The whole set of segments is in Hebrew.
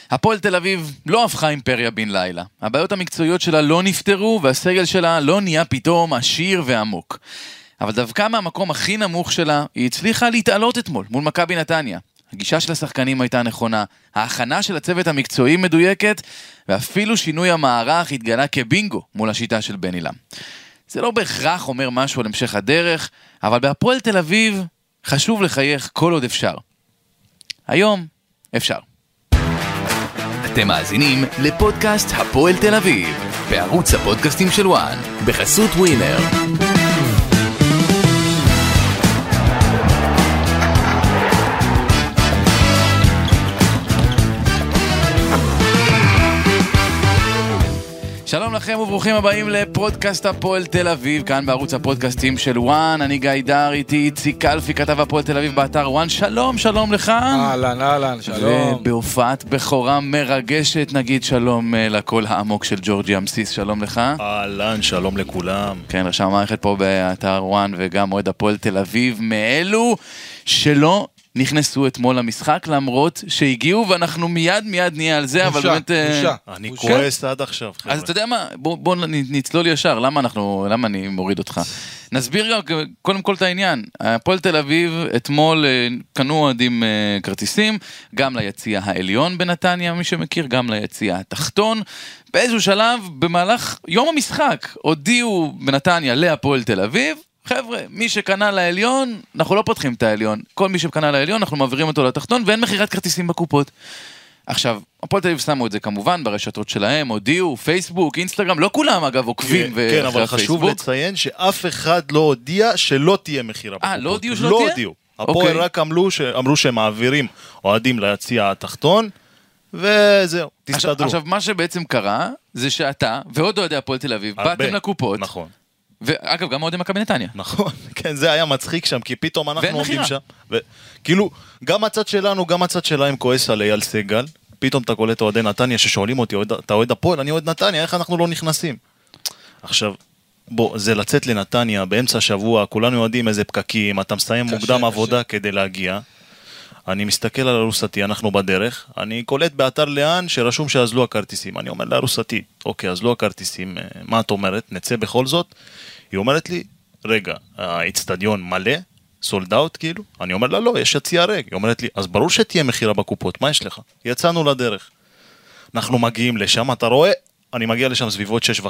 הפועל תל אביב לא הפכה אימפריה בן לילה. הבעיות המקצועיות שלה לא נפתרו, והסגל שלה לא נהיה פתאום עשיר ועמוק. אבל דווקא מהמקום הכי נמוך שלה, היא הצליחה להתעלות אתמול מול מכבי נתניה. הגישה של השחקנים הייתה נכונה, ההכנה של הצוות המקצועי מדויקת, ואפילו שינוי המערך התגלה כבינגו מול השיטה של בן אילם. זה לא בהכרח אומר משהו על המשך הדרך, אבל בהפועל תל אביב חשוב לחייך כל עוד אפשר. היום אפשר. אתם מאזינים לפודקאסט הפועל תל אביב, בערוץ הפודקאסטים של וואן, בחסות ווינר. שלום לכם וברוכים הבאים לפודקאסט הפועל תל אביב, כאן בערוץ הפודקאסטים של וואן. אני גיא דר, איתי איציק קלפי, כתב הפועל תל אביב באתר וואן. שלום, שלום לך. אהלן, שלום. ובהופעת בכורה מרגשת נגיד שלום לקול העמוק של ג'ורג'י אמסיס, שלום לך. אהלן, שלום לכולם. כן, רשם המערכת פה באתר וואן וגם מועד הפועל תל אביב, מאלו שלא נכנסו אתמול למשחק, למרות שהגיעו, ואנחנו מיד נהיה על זה, אבל באמת... אני כועס עד עכשיו, חבר'ה. אז אתה יודע מה? בוא נצלול ישר, למה אני מוריד אותך? נסביר גם קודם כל את העניין. הפועל תל אביב אתמול קנו אוהדים כרטיסים, גם ליציע העליון בנתניה, מי שמכיר, גם ליציע התחתון. באיזשהו שלב, במהלך יום המשחק, הודיעו בנתניה להפועל תל אביב, חבר'ה, מי שקנה לעליון, אנחנו לא פותחים את העליון. כל מי שקנה לעליון, אנחנו מעבירים אותו לתחתון, ואין מחירת כרטיסים בקופות. עכשיו, הפועל תל אביב שמו את זה כמובן, ברשתות שלהם, הודיעו, פייסבוק, אינסטגרם, לא כולם אגב עוקבים כן, אבל חשוב לציין שאף אחד לא הודיע שלא תהיה מחירה בקופות. לא הודיעו שלא תהיה? לא הודיעו. הפועל רק אמרו שהם מעבירים אוהדים ליציע התחתון, וזהו, תסתדרו. עכשיו, מה שבעצם קרה, זה שאתה, ועוד אוהדי הפועל תל אביב, באתם לקופות. נכון. ואגב, גם אוהדי מכבי נתניה. נכון, כן, זה היה מצחיק שם, כי פתאום אנחנו עומדים שם. כאילו, גם הצד שלנו, גם הצד שלהם כועס על אייל סגל, פתאום אתה קולט אוהדי נתניה ששואלים אותי, אתה אוהד הפועל, אני אוהד נתניה, איך אנחנו לא נכנסים? עכשיו, בוא, זה לצאת לנתניה באמצע השבוע, כולנו יודעים איזה פקקים, אתה מסיים מוקדם עבודה כדי להגיע. אני מסתכל על ארוסתי, אנחנו בדרך, אני קולט באתר לאן שרשום שאזלו הכרטיסים. אני אומר לארוסתי, אוקיי, אזלו הכרטיסים, מה את אומרת? נצא בכל זאת? היא אומרת לי, רגע, האצטדיון מלא? סולד אאוט כאילו? אני אומר לה, לא, יש יציע ריק. היא אומרת לי, אז ברור שתהיה מחירה בקופות, מה יש לך? יצאנו לדרך. אנחנו מגיעים לשם, אתה רואה? אני מגיע לשם סביבות 6:30,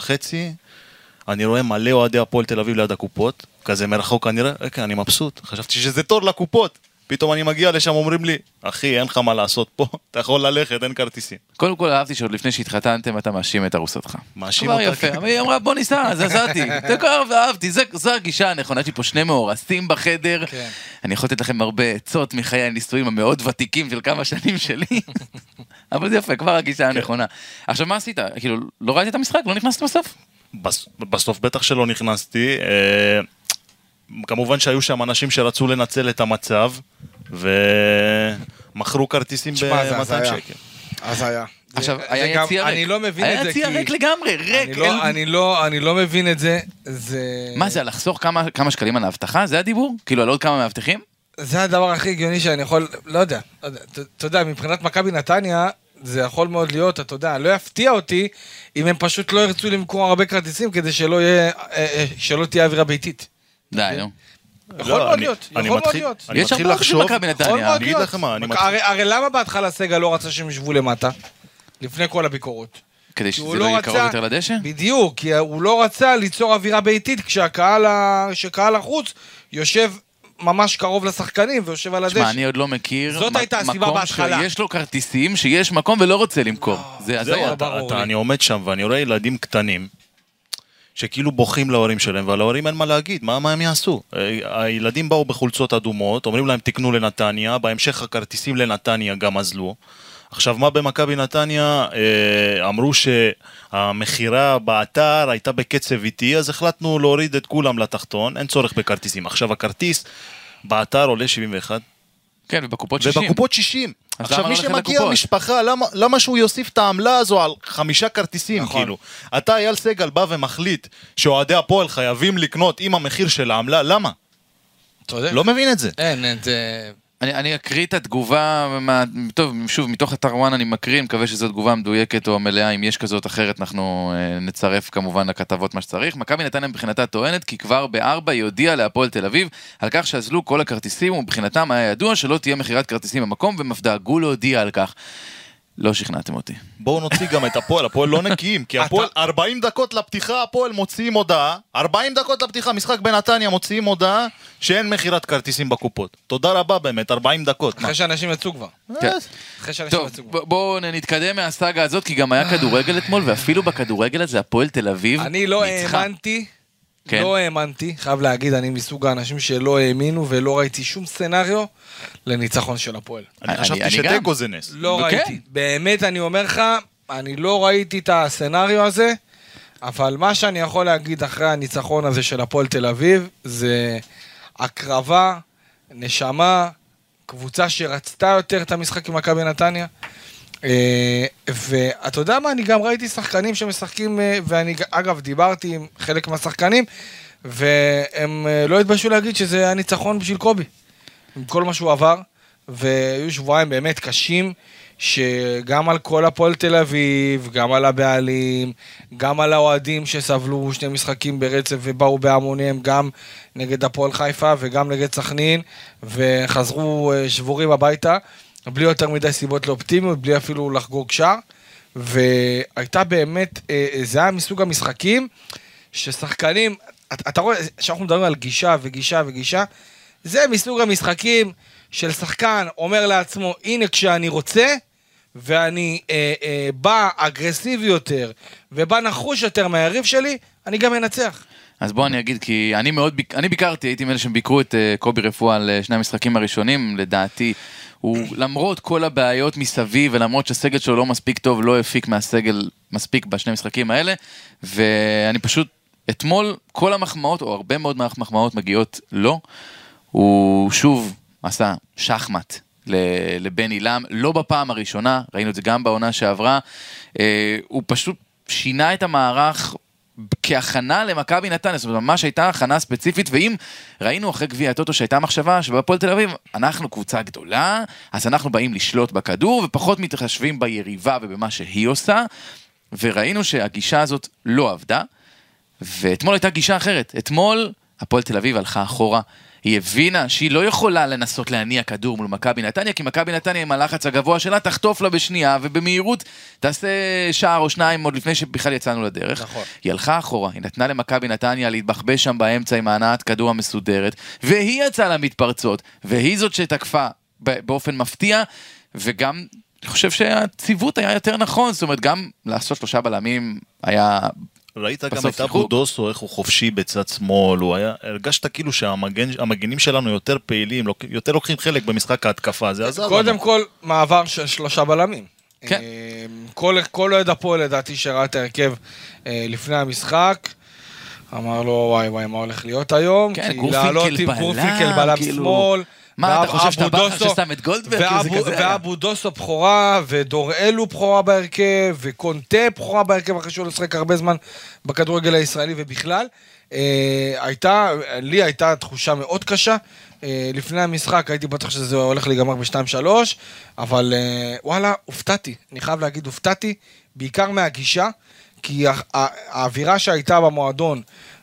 אני רואה מלא אוהדי הפועל תל אביב ליד הקופות, כזה מרחוק כנראה, אני מבסוט, חשבתי שזה תור לקופות. פתאום אני מגיע לשם, אומרים לי, אחי, אין לך מה לעשות פה, אתה יכול ללכת, אין כרטיסים. קודם כל אהבתי שעוד לפני שהתחתנתם, אתה מאשים את ארוסתך. מאשים אותך. יפה, היא אמרה, בוא ניסע, אז עזרתי. אהבתי, זו הגישה הנכונה, יש לי פה שני מאורסים בחדר. אני יכול לתת לכם הרבה עצות מחיי הניסויים המאוד ותיקים של כמה שנים שלי. אבל זה יפה, כבר הגישה הנכונה. עכשיו, מה עשית? כאילו, לא ראית את המשחק? לא נכנסת בסוף? בסוף בטח שלא נכנסתי. כמובן שהיו שם אנשים שרצו לנצל את המצב, ומכרו כרטיסים ב-200 שקל. אז היה. עכשיו, היה יציע ריק. אני לא מבין את זה. היה יציע ריק לגמרי, ריק. אני לא מבין את זה. מה זה, לחסוך כמה שקלים על ההבטחה? זה הדיבור? כאילו, על עוד כמה מאבטחים? זה הדבר הכי הגיוני שאני יכול, לא יודע. אתה יודע, מבחינת מכבי נתניה, זה יכול מאוד להיות, אתה יודע, לא יפתיע אותי, אם הם פשוט לא ירצו למכור הרבה כרטיסים, כדי שלא תהיה אווירה ביתית. די, נו. יכול מאוד להיות, יש הרבה אנשים מכבי נתניה. אני אגיד לך מה, הרי למה בהתחלה סגל לא רצה שהם ישבו למטה? לפני כל הביקורות. כדי שזה לא יהיה קרוב יותר לדשא? בדיוק, כי הוא לא רצה ליצור אווירה ביתית, כשקהל החוץ יושב ממש קרוב לשחקנים ויושב על הדשא. תשמע, אני עוד לא מכיר מקום שיש לו כרטיסים, שיש מקום ולא רוצה למכור. אני עומד שם ואני רואה ילדים קטנים, שכאילו בוכים להורים שלהם, ולהורים אין מה להגיד, מה הם יעשו? הילדים באו בחולצות אדומות, אומרים להם תקנו לנתניה, בהמשך הכרטיסים לנתניה גם אזלו. עכשיו מה במכבי נתניה, אמרו שהמחירה באתר הייתה בקצב איטי, אז החלטנו להוריד את כולם לתחתון, אין צורך בכרטיסים. עכשיו הכרטיס באתר עולה 71. כן, ובקופות 60. ובקופות 60. עכשיו מי שמגיע משפחה, למה שהוא יוסיף את העמלה הזו על 5 כרטיסים, כאילו? אתה אייל סגל בא ומחליט שאוהדי הפועל חייבים לקנות עם המחיר של העמלה, למה? לא מבין את זה. אין, אני אקריא את התגובה, טוב, שוב, מתוך אתר וואן אני מקריא, מקווה שזו תגובה מדויקת או מלאה, אם יש כזאת אחרת אנחנו נצרף כמובן לכתבות מה שצריך. מכבי נתניה מבחינתה טוענת, כי כבר ב4 היא הודיעה להפועל תל אביב, על כך שאזלו כל הכרטיסים, ומבחינתם היה ידוע שלא תהיה מחירת כרטיסים במקום, והם אף דאגו להודיע על כך. לא שכנעתם אותי. בואו נוציא גם את הפועל לא נקיים, כי הפועל 40 דקות לפתיחה, הפועל מוציאים הודעה, 40 דקות לפתיחה, משחק בנתניה מוציאים הודעה שאין מחירת כרטיסים בקופות. תודה רבה באמת, 40 דקות. אחרי שאנשים יצאו כבר. טוב, בואו נתקדם מהסאגה הזאת, כי גם היה כדורגל אתמול, ואפילו בכדורגל הזה הפועל תל אביב אני לא האמנתי, לא האמנתי, חייב להגיד, אני מסוג האנשים שלא האמינו ולא ראיתי שום סצנריו לניצחון של הפועל. אני חשבתי שטקו זה נס. לא ראיתי, באמת אני אומר לך, אני לא ראיתי את הסצנריו הזה, אבל מה שאני יכול להגיד אחרי הניצחון הזה של הפועל תל אביב, זה הקרבה, נשמה, קבוצה שרצתה יותר את המשחק עם מכבי נתניה, ואתה יודע מה, אני גם ראיתי שחקנים שמשחקים, ואני אגב דיברתי עם חלק מהשחקנים, והם לא התביישו להגיד שזה הניצחון בשביל קובי, עם כל מה שהוא עבר, והיו שבועיים באמת קשים, שגם על כל הפועל תל אביב, גם על הבעלים, גם על האוהדים שסבלו 2 משחקים ברצף ובאו בהמוניהם, גם נגד הפועל חיפה וגם נגד סכנין, וחזרו שבורים הביתה, בלי יותר מדי סיבות לאופטימיות, בלי אפילו לחגוג שער, והייתה באמת, זה היה מסוג המשחקים, ששחקנים, אתה רואה, שאנחנו מדברים על גישה וגישה וגישה, זה מסוג המשחקים של שחקן אומר לעצמו, הנה כשאני רוצה, ואני בא אגרסיבי יותר, ובא נחוש יותר מהיריב שלי, אני גם מנצח. אז בוא אני אגיד, כי אני ביקרתי, הייתי מאלה שביקרו את קובי רפואה על 2 המשחקים הראשונים, לדעתי, הוא למרות כל הבעיות מסביב, ולמרות שהסגל שלו לא מספיק טוב, לא הפיק מהסגל מספיק ב2 המשחקים האלה, ואני פשוט, אתמול כל המחמאות, או הרבה מאוד מהמחמאות מגיעות לו, הוא שוב עשה שחמט לבן אילם, לא בפעם הראשונה, ראינו את זה גם בעונה שעברה, הוא פשוט שינה את המערך כהכנה למכבי נתניה, זאת אומרת, ממש הייתה הכנה ספציפית, ואם ראינו אחרי גביע הטוטו שהייתה מחשבה שבפועל תל אביב, אנחנו קבוצה גדולה, אז אנחנו באים לשלוט בכדור, ופחות מתחשבים ביריבה ובמה שהיא עושה, וראינו שהגישה הזאת לא עבדה, ואתמול הייתה גישה אחרת, אתמול הפועל תל אביב הלכה אחורה, היא הבינה שהיא לא יכולה לנסות להניע כדור מול מכבי נתניה, כי מכבי נתניה עם הלחץ הגבוה שלה תחטוף לה בשנייה, ובמהירות תעשה שער או 2 עוד לפני שבכלל יצאנו לדרך. נכון. היא הלכה אחורה, היא נתנה למכבי נתניה להתבחבש שם באמצע עם ההנעת כדור המסודרת, והיא יצאה למתפרצות, והיא זאת שתקפה באופן מפתיע, וגם אני חושב שהציוות היה יותר נכון, זאת אומרת גם לעשות 3 בלמים היה... ראית גם את אבו דוסו, איך הוא חופשי בצד שמאל, הרגשת כאילו שהמגנים שלנו יותר פעילים, יותר לוקחים חלק במשחק ההתקפה, זה עזר לנו. קודם כל, מעבר של 3 בלמים. כן. כל אוהד הפועל לדעתי שראה את ההרכב לפני המשחק, אמר לו וואי מה הולך להיות היום, כן, גורפינקל בלם שמאל, מה, אתה חושב שאתה בא ששם את גולדברג? ואבו דוסו בחורה, ודוראלו בחורה בהרכב, וקונטה בחורה בהרכב, אחרי שהוא לשחק הרבה זמן בכדורגל הישראלי ובכלל. לי הייתה תחושה מאוד קשה, לפני המשחק הייתי בטח שזה הולך להיגמר ב2-3, אבל וואלה, הופתעתי, אני חייב להגיד הופתעתי, בעיקר מהגישה, כי האווירה שהייתה במועדון,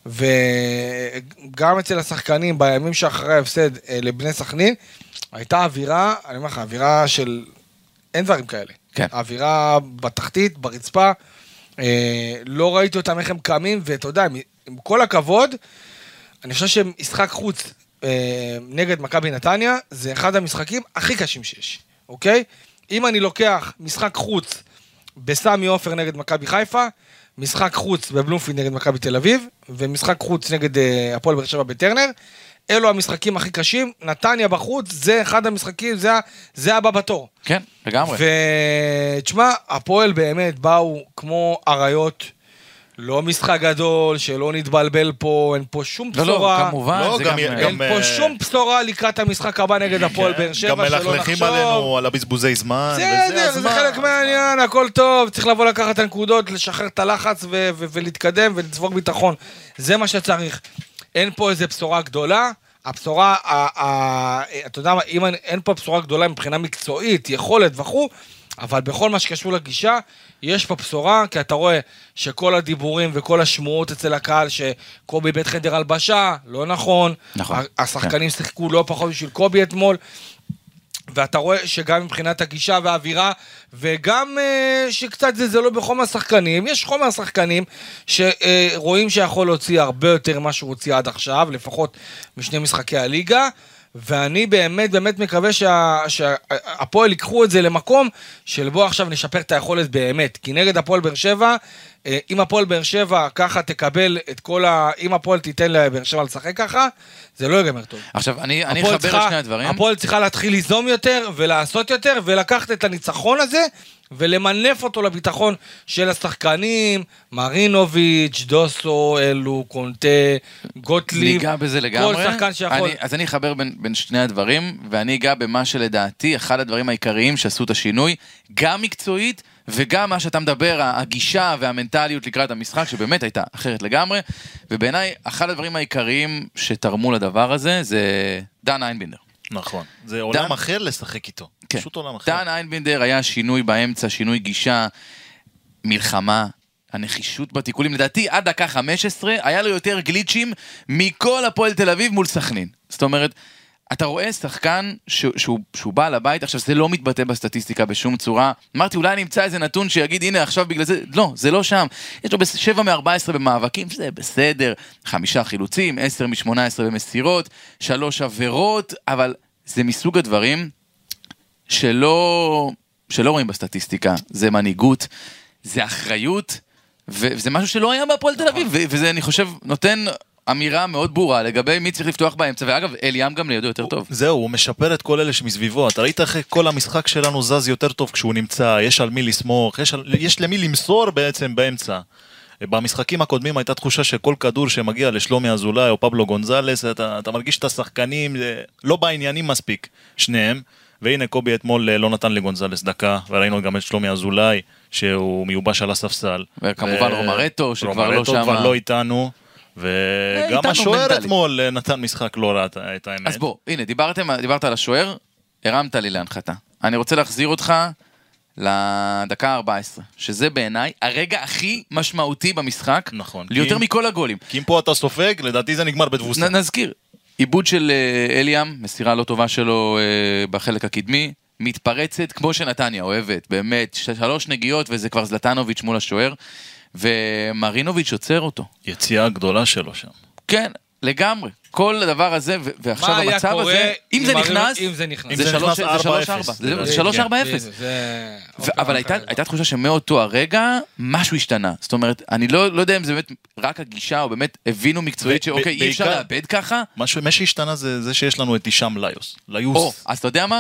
וגם אצל השחקנים בימים שאחרי ההפסד לבני סכנין, הייתה אווירה, אני אומר לך, אווירה של אין דברים כאלה. כן. אווירה בתחתית, ברצפה, לא ראיתי אותם איך הם קמים, ואתה יודע, עם כל הכבוד, אני חושב שמשחק חוץ נגד מכבי נתניה, זה אחד המשחקים הכי קשים שיש, אוקיי? אם אני לוקח משחק חוץ בסמי עופר נגד מכבי חיפה, משחק חוץ בבלומפילד נגד מכבי תל אביב, ומשחק חוץ נגד הפועל באר שבע בטרנר, אלו המשחקים הכי קשים, נתניה בחוץ, זה אחד המשחקים, זה הבא בתור. כן, לגמרי. ותשמע, הפועל באמת באו כמו אריות, לא משחק גדול, שלא נתבלבל פה, אין פה שום בשורה. לא, כמובן. לא, זה אין פה שום בשורה לקראת המשחק הבא נגד הפועל באר שבע, גם מלכלכים עלינו על הבזבוזי זמן, וזה הזמן. זה חלק מהעניין, הכל טוב, צריך לבוא לקחת את הנקודות, לשחרר את הלחץ ולהתקדם ולצבור ביטחון. זה מה שצריך. אין פה איזה בשורה גדולה, הבשורה, אתה יודע מה, אם אין פה בשורה גדולה מבחינה מקצועית, יכולת וכו', אבל בכל מה שקשור לגישה, יש פה בשורה, כי אתה רואה שכל הדיבורים וכל השמועות אצל הקהל, שקובי בית חדר הלבשה, לא נכון, השחקנים שיחקו לא פחות בשביל קובי אתמול, ואתה רואה שגם מבחינת הגישה והאווירה, וגם שקצת זה לא בחומר השחקנים, יש חומר השחקנים שרואים שיכול להוציא הרבה יותר ממה שהוא הוציא עד עכשיו, לפחות משני משחקי הליגה, ואני באמת מקווה שהפועל ייקחו את זה למקום של בוא עכשיו נשפר את היכולת באמת, כי נגד הפועל באר שבע, אם הפועל באר שבע ככה תקבל את כל אם הפועל תיתן לבאר שבע לשחק ככה, זה לא יגמר טוב. עכשיו, אני אחבר את שני הדברים. הפועל צריכה להתחיל ליזום יותר ולעשות יותר, ולקחת את הניצחון הזה, ולמנף אותו לביטחון של השחקנים, מרינוביץ', דוסו, אלו, קונטה, גוטליב, ניגע בזה לגמרי. כל שחקן שיכול. אז אני אחבר בין שני הדברים, ואני אגע במה שלדעתי, אחד הדברים העיקריים שעשו את השינוי, גם מקצועית, וגם מה שאתה מדבר, הגישה והמנטליות לקראת המשחק, שבאמת הייתה אחרת לגמרי, ובעיניי, אחד הדברים העיקריים שתרמו לדבר הזה, זה דן איינבינדר. נכון, זה עולם אחר לשחק איתו, כן. פשוט עולם אחר. דן איינבינדר היה שינוי באמצע, שינוי גישה, מלחמה, הנחישות בתיקולים, לדעתי עד דקה 15, היה לו יותר גליצ'ים מכל הפועל תל אביב מול סכנין. זאת אומרת, אתה רואה שחקן שהוא בא לבית, עכשיו זה לא מתבטא בסטטיסטיקה בשום צורה, אמרתי אולי נמצא איזה נתון שיגיד הנה עכשיו בגלל זה, לא, זה לא שם, יש לו 7 מ-14 במאבקים, זה בסדר, 5 חילוצים, 10 מ-18 במסירות, 3 עבירות, אבל זה מסוג הדברים שלא רואים בסטטיסטיקה, זה מנהיגות, זה אחריות, וזה משהו שלא היה בהפועל תל אביב, וזה אני חושב נותן אמירה מאוד ברורה לגבי מי צריך לפתוח באמצע, ואגב, אליאם גם לידו יותר טוב. זהו, הוא משפר את כל אלה שמסביבו, אתה ראית איך כל המשחק שלנו זז יותר טוב כשהוא נמצא, יש על מי לסמוך, יש למי למסור בעצם באמצע. במשחקים הקודמים הייתה תחושה שכל כדור שמגיע לשלומי אזולאי או פבלו גונזלס, אתה מרגיש את השחקנים, לא בעניינים מספיק, שניהם, והנה קובי אתמול לא נתן לגונזלס דקה, וראינו גם את שלומי אזולאי, שהוא מיובש על הספסל. וכמובן רומרטו, שכבר לא שם. כבר לא איתנו. וגם השוער אתמול נתן משחק לא רע את האמת. אז בוא, הנה, דיברת על השוער, הרמת לי להנחתה. אני רוצה להחזיר אותך לדקה 14, שזה בעיניי הרגע הכי משמעותי במשחק, נכון. ליותר מכל הגולים. כי אם פה אתה סופג, לדעתי זה נגמר בתבוסה. נזכיר, עיבוד של אליאם, מסירה לא טובה שלו בחלק הקדמי, מתפרצת כמו שנתניה אוהבת, באמת, 3 נגיעות וזה כבר זלטנוביץ' מול השוער, ומרינוביץ' עוצר אותו. יציאה גדולה שלו שם. כן, לגמרי. כל הדבר הזה, ועכשיו המצב הזה, אם זה נכנס, זה 3-4-0. אבל הייתה תחושה שמאותו הרגע, משהו השתנה. זאת אומרת, אני לא יודע אם זה באמת רק הגישה, או באמת הבינו מקצועית שאוקיי, אי אפשר לאבד ככה. מה שהשתנה זה שיש לנו את הישאם ליוס. אז אתה יודע מה?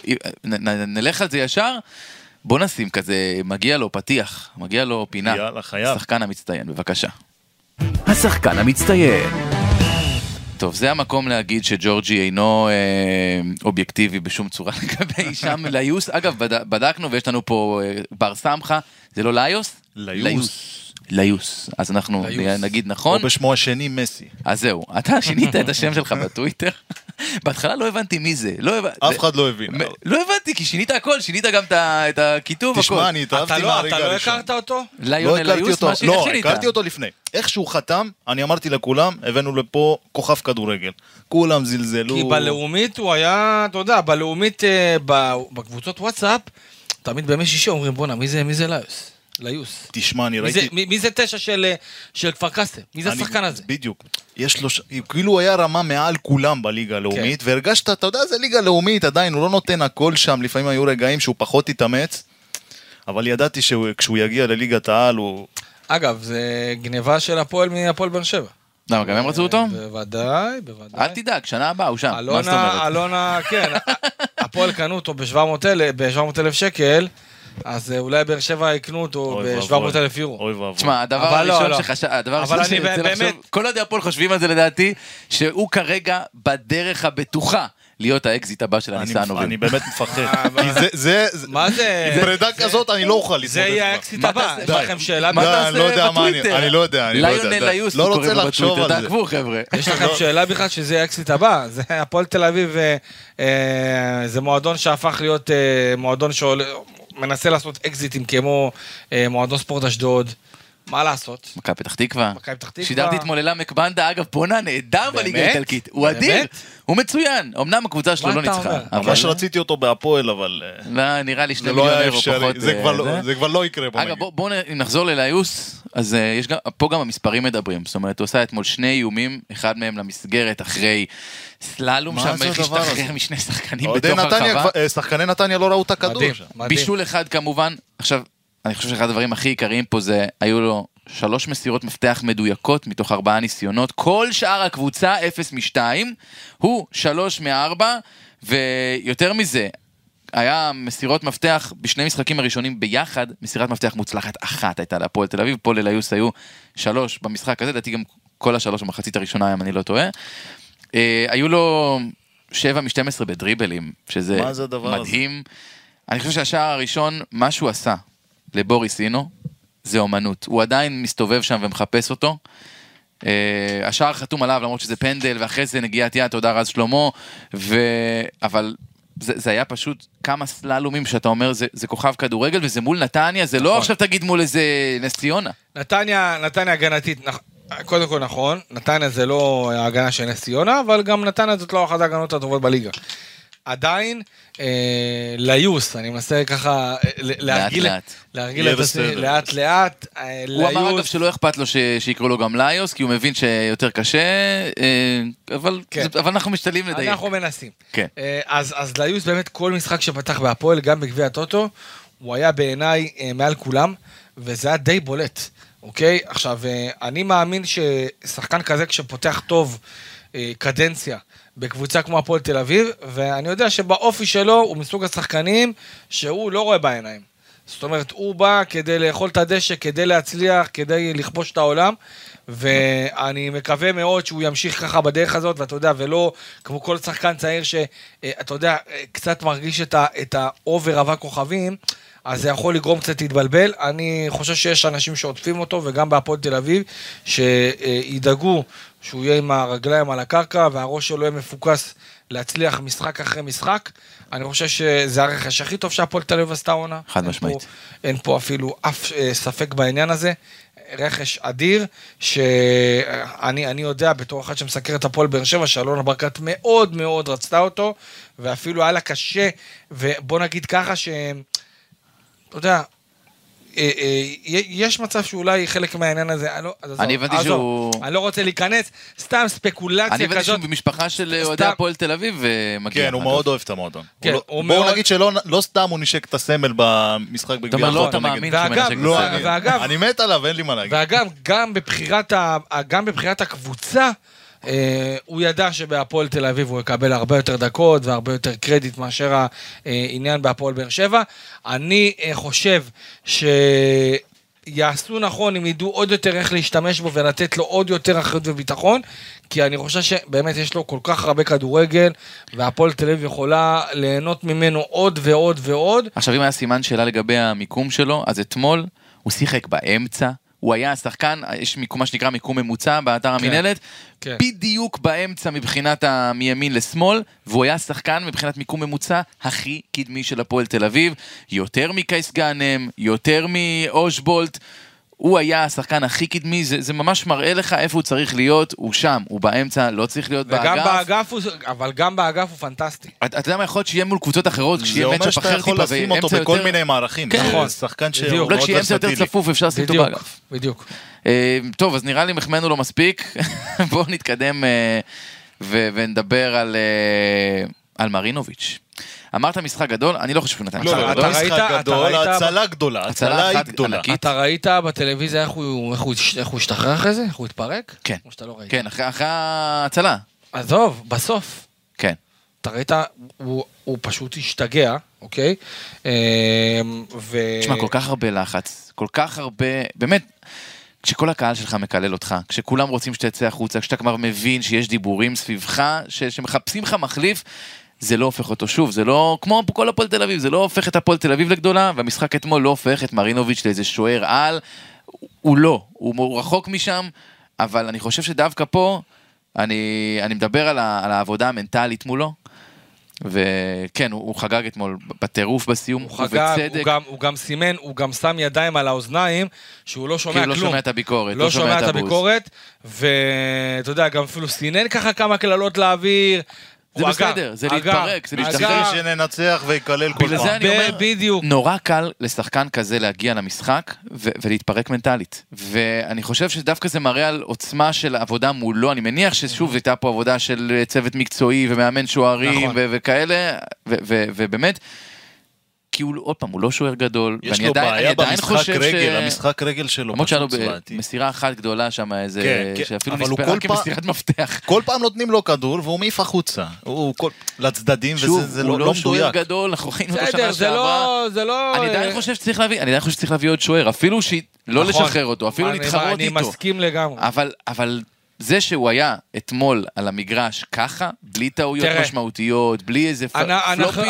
נלך על זה ישר. בוא נשים כזה, מגיע לו פתיח, מגיע לו פינה. יאללה, חייב. השחקן המצטיין, בבקשה. השחקן המצטיין. טוב, זה המקום להגיד שג'ורג'י אינו אובייקטיבי בשום צורה לגבי שם ליוס. אגב, בדקנו ויש לנו פה בר סמכה, זה לא ליוס? ליוס. אז אנחנו נגיד נכון. או בשמו השני מסי. אז זהו, אתה שינית את השם שלך בטוויטר. בהתחלה לא הבנתי מי זה. אף אחד לא הבין. לא הבנתי, כי שינית הכל, שינית גם את הכיתוב. תשמע, אני התאהבתי מהרגע אתה לא הראשון. הכרת אותו? ליונל ליוס, מה שינית? לא, הכרתי אותו לפני. איך שהוא חתם, אני אמרתי לכולם, הבאנו לפה כוכב כדורגל. כולם זלזלו. כי בלאומית הוא היה, אתה יודע, בלאומית, בקבוצות וואטסאפ, תמיד בימי שישי אומרים, בונה, מי זה ליוס? תשמע, אני ראיתי... מי זה 9 של כפר קאסם? מי זה השחקן הזה? בדיוק. יש לו... כאילו היה רמה מעל כולם בליגה הלאומית, והרגשת, אתה יודע, זה ליגה לאומית, עדיין, הוא לא נותן הכל שם, לפעמים היו רגעים שהוא פחות התאמץ, אבל ידעתי שכשהוא יגיע לליגת העל, הוא... אגב, זה גניבה של הפועל מהפועל באר שבע. למה, גם הם רצו אותו? בוודאי. אל תדאג, שנה הבאה הוא שם. מה זאת אומרת? אלונה, כן, הפועל קנו אותו ב-700,000 שקל, אז אולי באר שבע יקנו אותו ב-700,000 יורו. אוי ואבוי. תשמע, הדבר הראשון שחשב, כל עוד הפועל חושבים על זה לדעתי, שהוא כרגע בדרך הבטוחה להיות האקזיט הבא של הניסנובים. אני באמת מפחד. כי זה... מה זה? פרידה כזאת אני לא אוכל זה להתמודד. יהיה האקסיט הבא, יש לכם שאלה? מה תעשה אני לא יודע מה בטוויטר? אני לא יודע. ליונל ליוס, לא הוא רוצה קורא לו לחשוב בטוויטר, על זה. תעקבו חבר'ה. יש לכם שאלה בכלל שזה האקסיט הבא, זה הפועל תל אביב, זה מועדון שהפך להיות מועדון שמנסה לעשות אקזיטים כמו מועדון ספורט אשדוד, מה לעשות? מכבי פתח תקווה. מכבי פתח תקווה. שידרתי אתמול אלה מקבנדה, אגב פונה נהדר בליגה באמת? האיטלקית, הוא אדיר, באמת? הוא מצוין, אמנם הקבוצה שלו מה לא אתה ניצחה. אומר? אבל- ממש רציתי אותו בהפועל, אבל לא, נראה לי 2 זה לא מיליון היה אירו אפשרי. פחות. זה כבר לא יקרה. בוא אגב, נגיד. בואו נחזור לליוס, אז יש פה גם המספרים מדברים, זאת אומרת, הוא עשה אתמול 2 איומים, אחד מהם למסגרת אחרי סללום, מה שם זה איך הדבר השתחרר הזה? משני שחקנים אוהדי בתוך נתניה הרחבה. שחקני נתניה לא ראו את הכדור מדהים, שם. מדהים. בישול אחד כמובן, עכשיו, אני חושב שאחד הדברים הכי עיקריים פה זה, היו לו 3 מסירות מפתח מדויקות מתוך 4 ניסיונות, כל שאר הקבוצה 0 מ-2, הוא 3 מ-4, ויותר מזה, היה מסירות מפתח בשני משחקים הראשונים ביחד, מסירת מפתח מוצלחת אחת הייתה להפועל תל אביב, פה לליוס היו 3 במשחק הזה, דעתי גם כל ה3 במחצית הראשונה, אם אני לא טועה. היו לו 7 מ-12 בדריבלים, שזה מה זה הדבר הזה? מדהים. אני חושב שהשער הראשון, מה שהוא עשה לבוריס אינו, זה אומנות. הוא עדיין מסתובב שם ומחפש אותו. השער חתום עליו, למרות שזה פנדל, ואחרי זה נגיעת יד, תודה רז שלמה, אבל זה היה פשוט כמה סללומים שאתה אומר, זה כוכב כדורגל, וזה מול נתניה, זה לא עכשיו תגיד מול איזה נס ציונה. נתניה הגנתית, קודם כל נכון, נתניה זה לא ההגנה של נס ציונה, אבל גם נתניה זאת לא אחת ההגנות הטובות בליגה. עדיין, ליוס, אני מנסה ככה להרגיל את עצמי, לאט לאט, הוא אמר אגב שלא אכפת לו שיקראו לו גם ליוס, כי הוא מבין שיותר קשה, אבל אנחנו משתלים לדייק. אנחנו מנסים. כן. אז ליוס באמת כל משחק שפתח בהפועל, גם בגביע הטוטו, הוא היה בעיניי מעל כולם, וזה היה די בולט. אוקיי? עכשיו, אני מאמין ששחקן כזה כשפותח טוב קדנציה בקבוצה כמו הפועל תל אביב, ואני יודע שבאופי שלו הוא מסוג השחקנים שהוא לא רואה בעיניים. זאת אומרת, הוא בא כדי לאכול את הדשא, כדי להצליח, כדי לכבוש את העולם, ואני מקווה מאוד שהוא ימשיך ככה בדרך הזאת, ואתה יודע, ולא כמו כל שחקן צעיר שאתה יודע, קצת מרגיש את האובר אבק כוכבים, אז זה יכול לגרום קצת להתבלבל. אני חושב שיש אנשים שעוטפים אותו, וגם בהפועל תל אביב, שידאגו שהוא יהיה עם הרגליים על הקרקע, והראש שלו יהיה מפוקס להצליח משחק אחרי משחק. אני חושב שזה הרכש הכי טוב שהפועל תל אביב עשתה עונה. חד משמעית. אין פה אפילו אף ספק בעניין הזה. רכש אדיר, שאני יודע בתור אחד שמסקר את הפועל באר שבע, שאלונה ברקת מאוד מאוד רצתה אותו, ואפילו היה לה קשה, ובוא נגיד ככה אתה יודע, יש מצב שאולי חלק מהעניין הזה, אני הבנתי שהוא... אני לא רוצה להיכנס, סתם ספקולציה כזאת. אני הבנתי שהוא במשפחה של אוהדי הפועל תל אביב מגיע. כן, הוא מאוד אוהב את המועדון. בואו נגיד שלא סתם הוא נשק את הסמל במשחק בגביע הטוטו. אתה מאמין שהוא מנשק את הסמל. אני מת עליו, אין לי מה להגיד. ואגב, גם בבחירת הקבוצה, הוא ידע שבהפועל תל אביב הוא יקבל הרבה יותר דקות והרבה יותר קרדיט מאשר העניין בהפועל באר שבע. אני חושב שיעשו נכון אם ידעו עוד יותר איך להשתמש בו ולתת לו עוד יותר אחריות וביטחון, כי אני חושב שבאמת יש לו כל כך הרבה כדורגל, והפועל תל אביב יכולה ליהנות ממנו עוד ועוד ועוד. עכשיו אם היה סימן שאלה לגבי המיקום שלו, אז אתמול הוא שיחק באמצע, הוא היה השחקן, יש מה שנקרא מיקום ממוצע באתר המנהלת, בדיוק באמצע מבחינת מימין לשמאל, והוא היה השחקן מבחינת מיקום ממוצע הכי קדמי של הפועל תל אביב, יותר מקייס גאנם, יותר מאושבולט, הוא היה השחקן הכי קדמי, זה ממש מראה לך איפה הוא צריך להיות, הוא שם, הוא באמצע, לא צריך להיות באגף. אבל גם באגף הוא פנטסטי. אתה יודע מה יכול להיות שיהיה מול קבוצות אחרות, זה אומר שאתה יכול לשים אותו בכל מיני מערכים. נכון. שחקן אולי כשיהיה אמצע יותר צפוף אפשר לשים אותו באגף. בדיוק. טוב, אז נראה לי מחמנו לא מספיק, בואו נתקדם ונדבר על מרינוביץ'. אמרת משחק גדול, אני לא חושב שהוא נתן משחק גדול. משחק גדול, הצלה גדולה, הצלה היא גדולה. אתה ראית בטלוויזיה איך הוא השתחרר אחרי זה? איך הוא התפרק? כן. או שאתה לא ראית? כן, אחרי ההצלה. עזוב, בסוף. כן. אתה ראית, הוא פשוט השתגע, אוקיי? תשמע, כל כך הרבה לחץ, כל כך הרבה, באמת, כשכל הקהל שלך מקלל אותך, כשכולם רוצים שתצא החוצה, כשאתה כבר מבין שיש דיבורים סביבך, שמחפשים לך מחליף, זה לא הופך אותו שוב, זה לא, כמו כל הפועל תל אביב, זה לא הופך את הפועל תל אביב לגדולה, והמשחק אתמול לא הופך את מרינוביץ' לאיזה שוער על, הוא לא, הוא רחוק משם, אבל אני חושב שדווקא פה, אני מדבר על העבודה המנטלית מולו, וכן, הוא חגג אתמול בטירוף בסיום, הוא חגג, הוא גם סימן, הוא גם שם ידיים על האוזניים, שהוא לא שומע כלום. לא שומע את הביקורת, לא שומע את הביקורת, ואתה יודע, גם אפילו סינן ככה כמה כללות לאוויר, זה בסדר, זה להתפרק, זה להשתחרר. שננצח ויקלל כל בגלל זה אני אומר, בדיוק. נורא קל לשחקן כזה להגיע למשחק ולהתפרק מנטלית. ואני חושב שדווקא זה מראה על עוצמה של עבודה מולו. אני מניח ששוב, זו הייתה פה עבודה של צוות מקצועי ומאמן שוערים וכאלה, ובאמת, כי עוד פעם, הוא לא שוער גדול. יש לו בעיה במשחק רגל, המשחק רגל שלו. למרות שהיה לו במסירה אחת גדולה שם, שאפילו נספרה כמסירת מפתח. כל פעם נותנים לו כדור, והוא מעיף החוצה. לצדדים, וזה לא מדויק. הוא לא שוער גדול, אנחנו ראינו אותו שנה שעברה. אני עדיין חושב שצריך להביא עוד שוער, אפילו לא לשחרר אותו, אפילו להתחרות איתו. אני מסכים לגמרי. אבל זה שהוא היה אתמול על המגרש ככה, בלי טעויות משמעותיות, בלי איזה פלופים,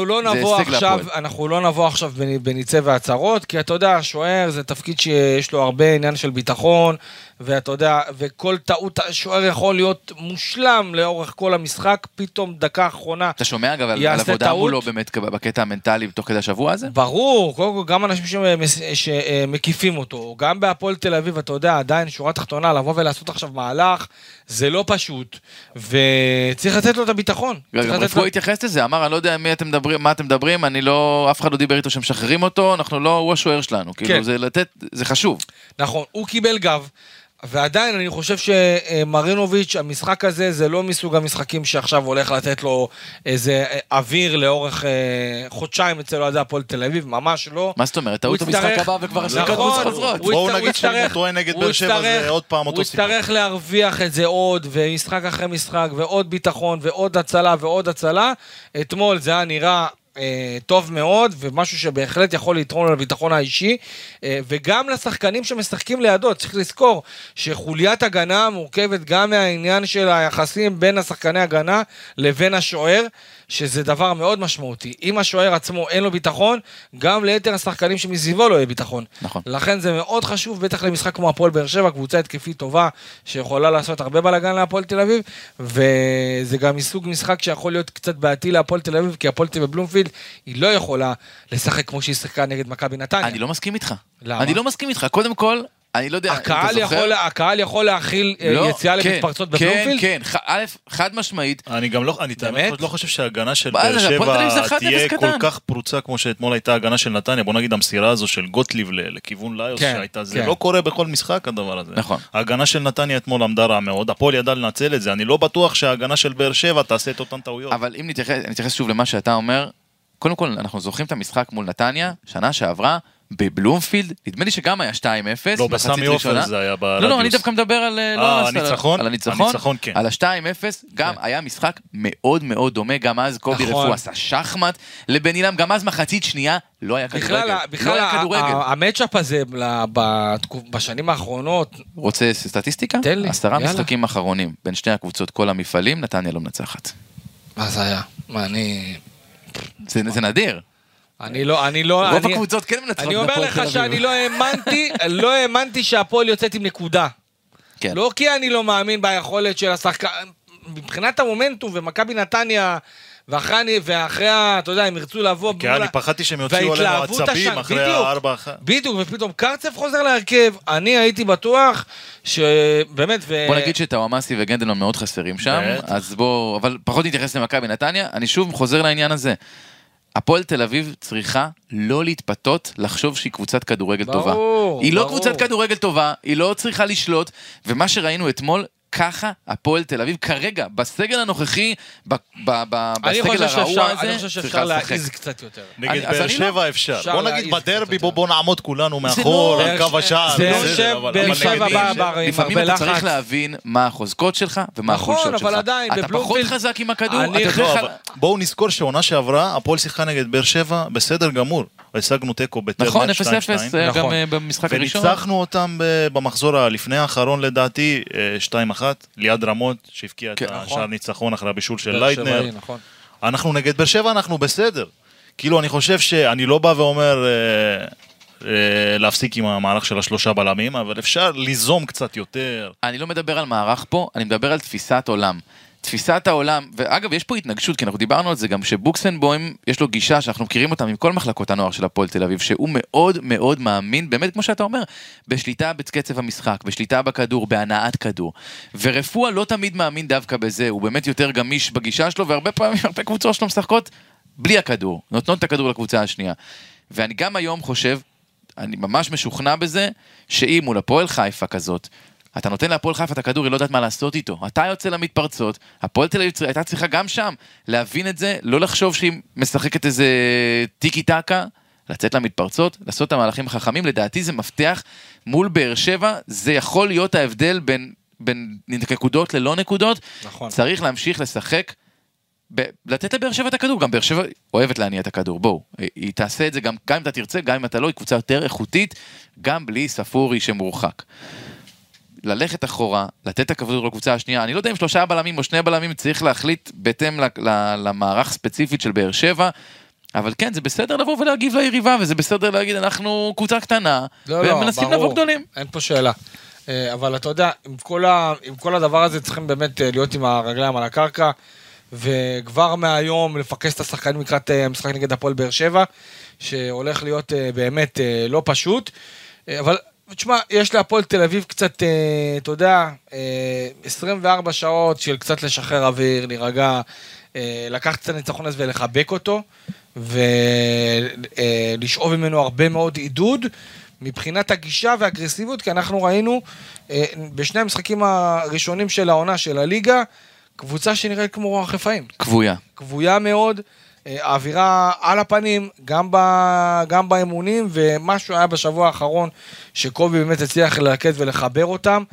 אנחנו לא נבוא עכשיו בניצי והצהרות, כי אתה יודע, שוער זה תפקיד שיש לו הרבה עניין של ביטחון, ואתה יודע, וכל טעות שוער יכול להיות מושלם לאורך כל המשחק, פתאום דקה אחרונה. אתה שומע אגב על עבודה מולו באמת בקטע המנטלי בתוך כדי השבוע הזה? ברור, קודם כל גם אנשים שמקיפים אותו, גם בהפועל תל אביב, אתה יודע, עדיין שורה תחתונה, לבוא ולעשות עכשיו מהלך, זה לא פשוט, וצריך לתת לו את הביטחון. גם רפואי התייחס לזה, אמר, אני לא יודע מה אתם מדברים, אף אחד לא דיבר איתו שמשחררים אותו, הוא השוער שלנו, כאילו זה חשוב. נכון, הוא קיבל גב, ועדיין אני חושב שמרינוביץ' המשחק הזה זה לא מסוג המשחקים שעכשיו הולך לתת לו איזה אוויר לאורך חודשיים אצל אוהדי הפועל תל אביב, ממש לא. מה זאת אומרת? טעות המשחק הבא וכבר השקות חוזרות. בואו נגיד שהוא טועה נגד באר שבע זה עוד פעם אותו סיפור. הוא יצטרך להרוויח את זה עוד, ומשחק אחרי משחק, ועוד ביטחון, ועוד הצלה, ועוד הצלה. אתמול זה היה נראה טוב מאוד, ומשהו שבהחלט יכול לתרום לביטחון האישי, וגם לשחקנים שמשחקים לידו, צריך לזכור שחוליית הגנה מורכבת גם מהעניין של היחסים בין השחקני הגנה לבין השוער, שזה דבר מאוד משמעותי. אם השוער עצמו אין לו ביטחון, גם ליתר השחקנים שמסביבו לא יהיה ביטחון. נכון. לכן זה מאוד חשוב, בטח למשחק כמו הפועל באר שבע, קבוצה התקפית טובה, שיכולה לעשות הרבה בלגן להפועל תל אביב, וזה גם מסוג משחק שיכול להיות קצת בעייתי להפועל תל אביב, כי הפועל תל אביב בלומפילד, היא לא יכולה לשחק כמו שהיא שיחקה נגד מכבי נתניה. אני לא מסכים איתך. למה? אני לא מסכים איתך. קודם כל, אני לא יודע, הקהל יכול להכיל יציאה למתפרצות בבלומפילד? כן, חד משמעית. אני גם לא חושב שההגנה של באר שבע תהיה כל כך פרוצה כמו שאתמול הייתה ההגנה של נתניה. בוא נגיד המסירה הזו של גוטליב לכיוון ליוס שהייתה, זה לא קורה בכל משחק הדבר הזה. נכון. ההגנה של נתניה אתמול עמדה רע מאוד, הפועל ידע לנצל את זה, אני לא בטוח שההגנה של באר שבע תעשה את אותן טעויות. אבל אם נתייחס שוב למה שאתה אומר, קודם כל אנחנו זוכרים את המשחק מול נתניה, שנה שעברה, בבלומפילד, נדמה לי שגם היה 2-0. לא, בסמי אופר זה היה ברדיוס. לא, אני דווקא מדבר על הניצחון, על ה-2-0, גם היה משחק מאוד מאוד דומה, גם אז קובי רפואה עשה שחמט לבן אילם, גם אז מחצית שנייה לא היה כדורגל. בכלל המאצ'אפ הזה בשנים האחרונות... רוצה סטטיסטיקה? תן לי, 10 משחקים אחרונים בין שתי הקבוצות, כל המפעלים, נתניה לא מנצחת. מה זה היה? זה נדיר. רוב הקבוצות כן מנצחות. אני אומר לך שאני לא האמנתי שהפועל יוצאת עם נקודה. לא כי אני לא מאמין ביכולת של השחקן, מבחינת המומנטום ומכבי נתניה, ואחרי, אתה יודע, הם ירצו לבוא... כי אני פחדתי שהם יוציאו עלינו עצבים אחרי ה-4-1. בדיוק, ופתאום קרצף חוזר להרכב, אני הייתי בטוח שבאמת... בוא נגיד שטאוואמאסי וגנדלמן מאוד חסרים שם, אז בוא, אבל פחות נתייחס למכבי נתניה, אני שוב חוזר לעניין הזה. הפועל תל אביב צריכה לא להתפתות לחשוב שהיא קבוצת כדורגל טובה. היא לא קבוצת כדורגל טובה, היא לא צריכה לשלוט, ומה שראינו אתמול, ככה הפועל תל אביב כרגע, בסגל הנוכחי, בסגל הרעוע הזה, אני חושב שאפשר להעיז קצת יותר. נגד באר שבע אפשר. בוא נגיד בדרבי, בוא נעמוד כולנו מאחור, על קו השער. לפעמים אתה צריך להבין מה החוזקות שלך, ומה החולשות שלך. אתה פחות חזק עם הכדור. בואו נזכור שעונה שעברה, הפועל שיחקה נגד באר שבע, בסדר גמור. השגנו תיקו בטרנט 2-2. נכון, 0-0 גם במשחק הראשון. וניצחנו אותם במחזור הלפני האחרון לדעתי, 2-1, ליד רמות, שהפקיע את השער ניצחון אחרי הבישול של ליידנר. אנחנו נגד באר שבע, אנחנו בסדר. כאילו, אני חושב שאני לא בא ואומר להפסיק עם המערך של 3 בלמים, אבל אפשר ליזום קצת יותר. אני לא מדבר על מערך פה, אני מדבר על תפיסת עולם. תפיסת העולם, ואגב, יש פה התנגשות, כי אנחנו דיברנו על זה גם, שבוקסנבוים, יש לו גישה שאנחנו מכירים אותם עם כל מחלקות הנוער של הפועל תל אביב, שהוא מאוד מאוד מאמין, באמת כמו שאתה אומר, בשליטה בקצב המשחק, בשליטה בכדור, בהנעת כדור. ורפואה לא תמיד מאמין דווקא בזה, הוא באמת יותר גמיש בגישה שלו, והרבה פעמים, הרבה קבוצות שלו משחקות בלי הכדור, נותנות את הכדור לקבוצה השנייה. ואני גם היום חושב, אני ממש משוכנע בזה, שאם מול הפועל חיפה כזאת, אתה נותן להפועל חיפה את הכדור, היא לא יודעת מה לעשות איתו. אתה יוצא למתפרצות, הפועל תל אביב הייתה צריכה גם שם להבין את זה, לא לחשוב שהיא משחקת איזה טיקי טקה, לצאת למתפרצות, לעשות את המהלכים החכמים, לדעתי זה מפתח מול באר שבע, זה יכול להיות ההבדל בין נקודות ללא נקודות, נכון. צריך להמשיך לשחק, לתת לבאר שבע את הכדור, גם באר שבע אוהבת להניע את הכדור, בואו, היא תעשה את זה גם אם אתה תרצה, גם אם אתה לא, היא קבוצה יותר איכותית, גם בלי ספורי שמורחק. ללכת אחורה, לתת את הכדור לקבוצה השנייה, אני לא יודע אם 3 בלמים או 2 בלמים צריך להחליט בהתאם למערך ספציפית של באר שבע, אבל כן, זה בסדר לבוא ולהגיב ליריבה, וזה בסדר להגיד, אנחנו קבוצה קטנה, ומנסים לבוא גדולים. אין פה שאלה. אבל אתה יודע, עם כל הדבר הזה צריכים באמת להיות עם הרגליים על הקרקע, וכבר מהיום לפקס את השחקנים לקראת המשחק נגד הפועל באר שבע, שהולך להיות באמת לא פשוט, אבל תשמע, יש להפועל תל אביב קצת, אתה יודע, 24 שעות של קצת לשחרר אוויר, להירגע, לקחת את הניצחון הזה ולחבק אותו, ולשאוב ממנו הרבה מאוד עידוד, מבחינת הגישה והאגרסיביות, כי אנחנו ראינו בשני המשחקים הראשונים של העונה של הליגה, קבוצה שנראית כמו רוח רפאים. קבויה. קבויה מאוד, האווירה על הפנים, גם באימונים, ומשהו היה בשבוע האחרון, שקובי באמת הצליח ללכת ולחבר אותם,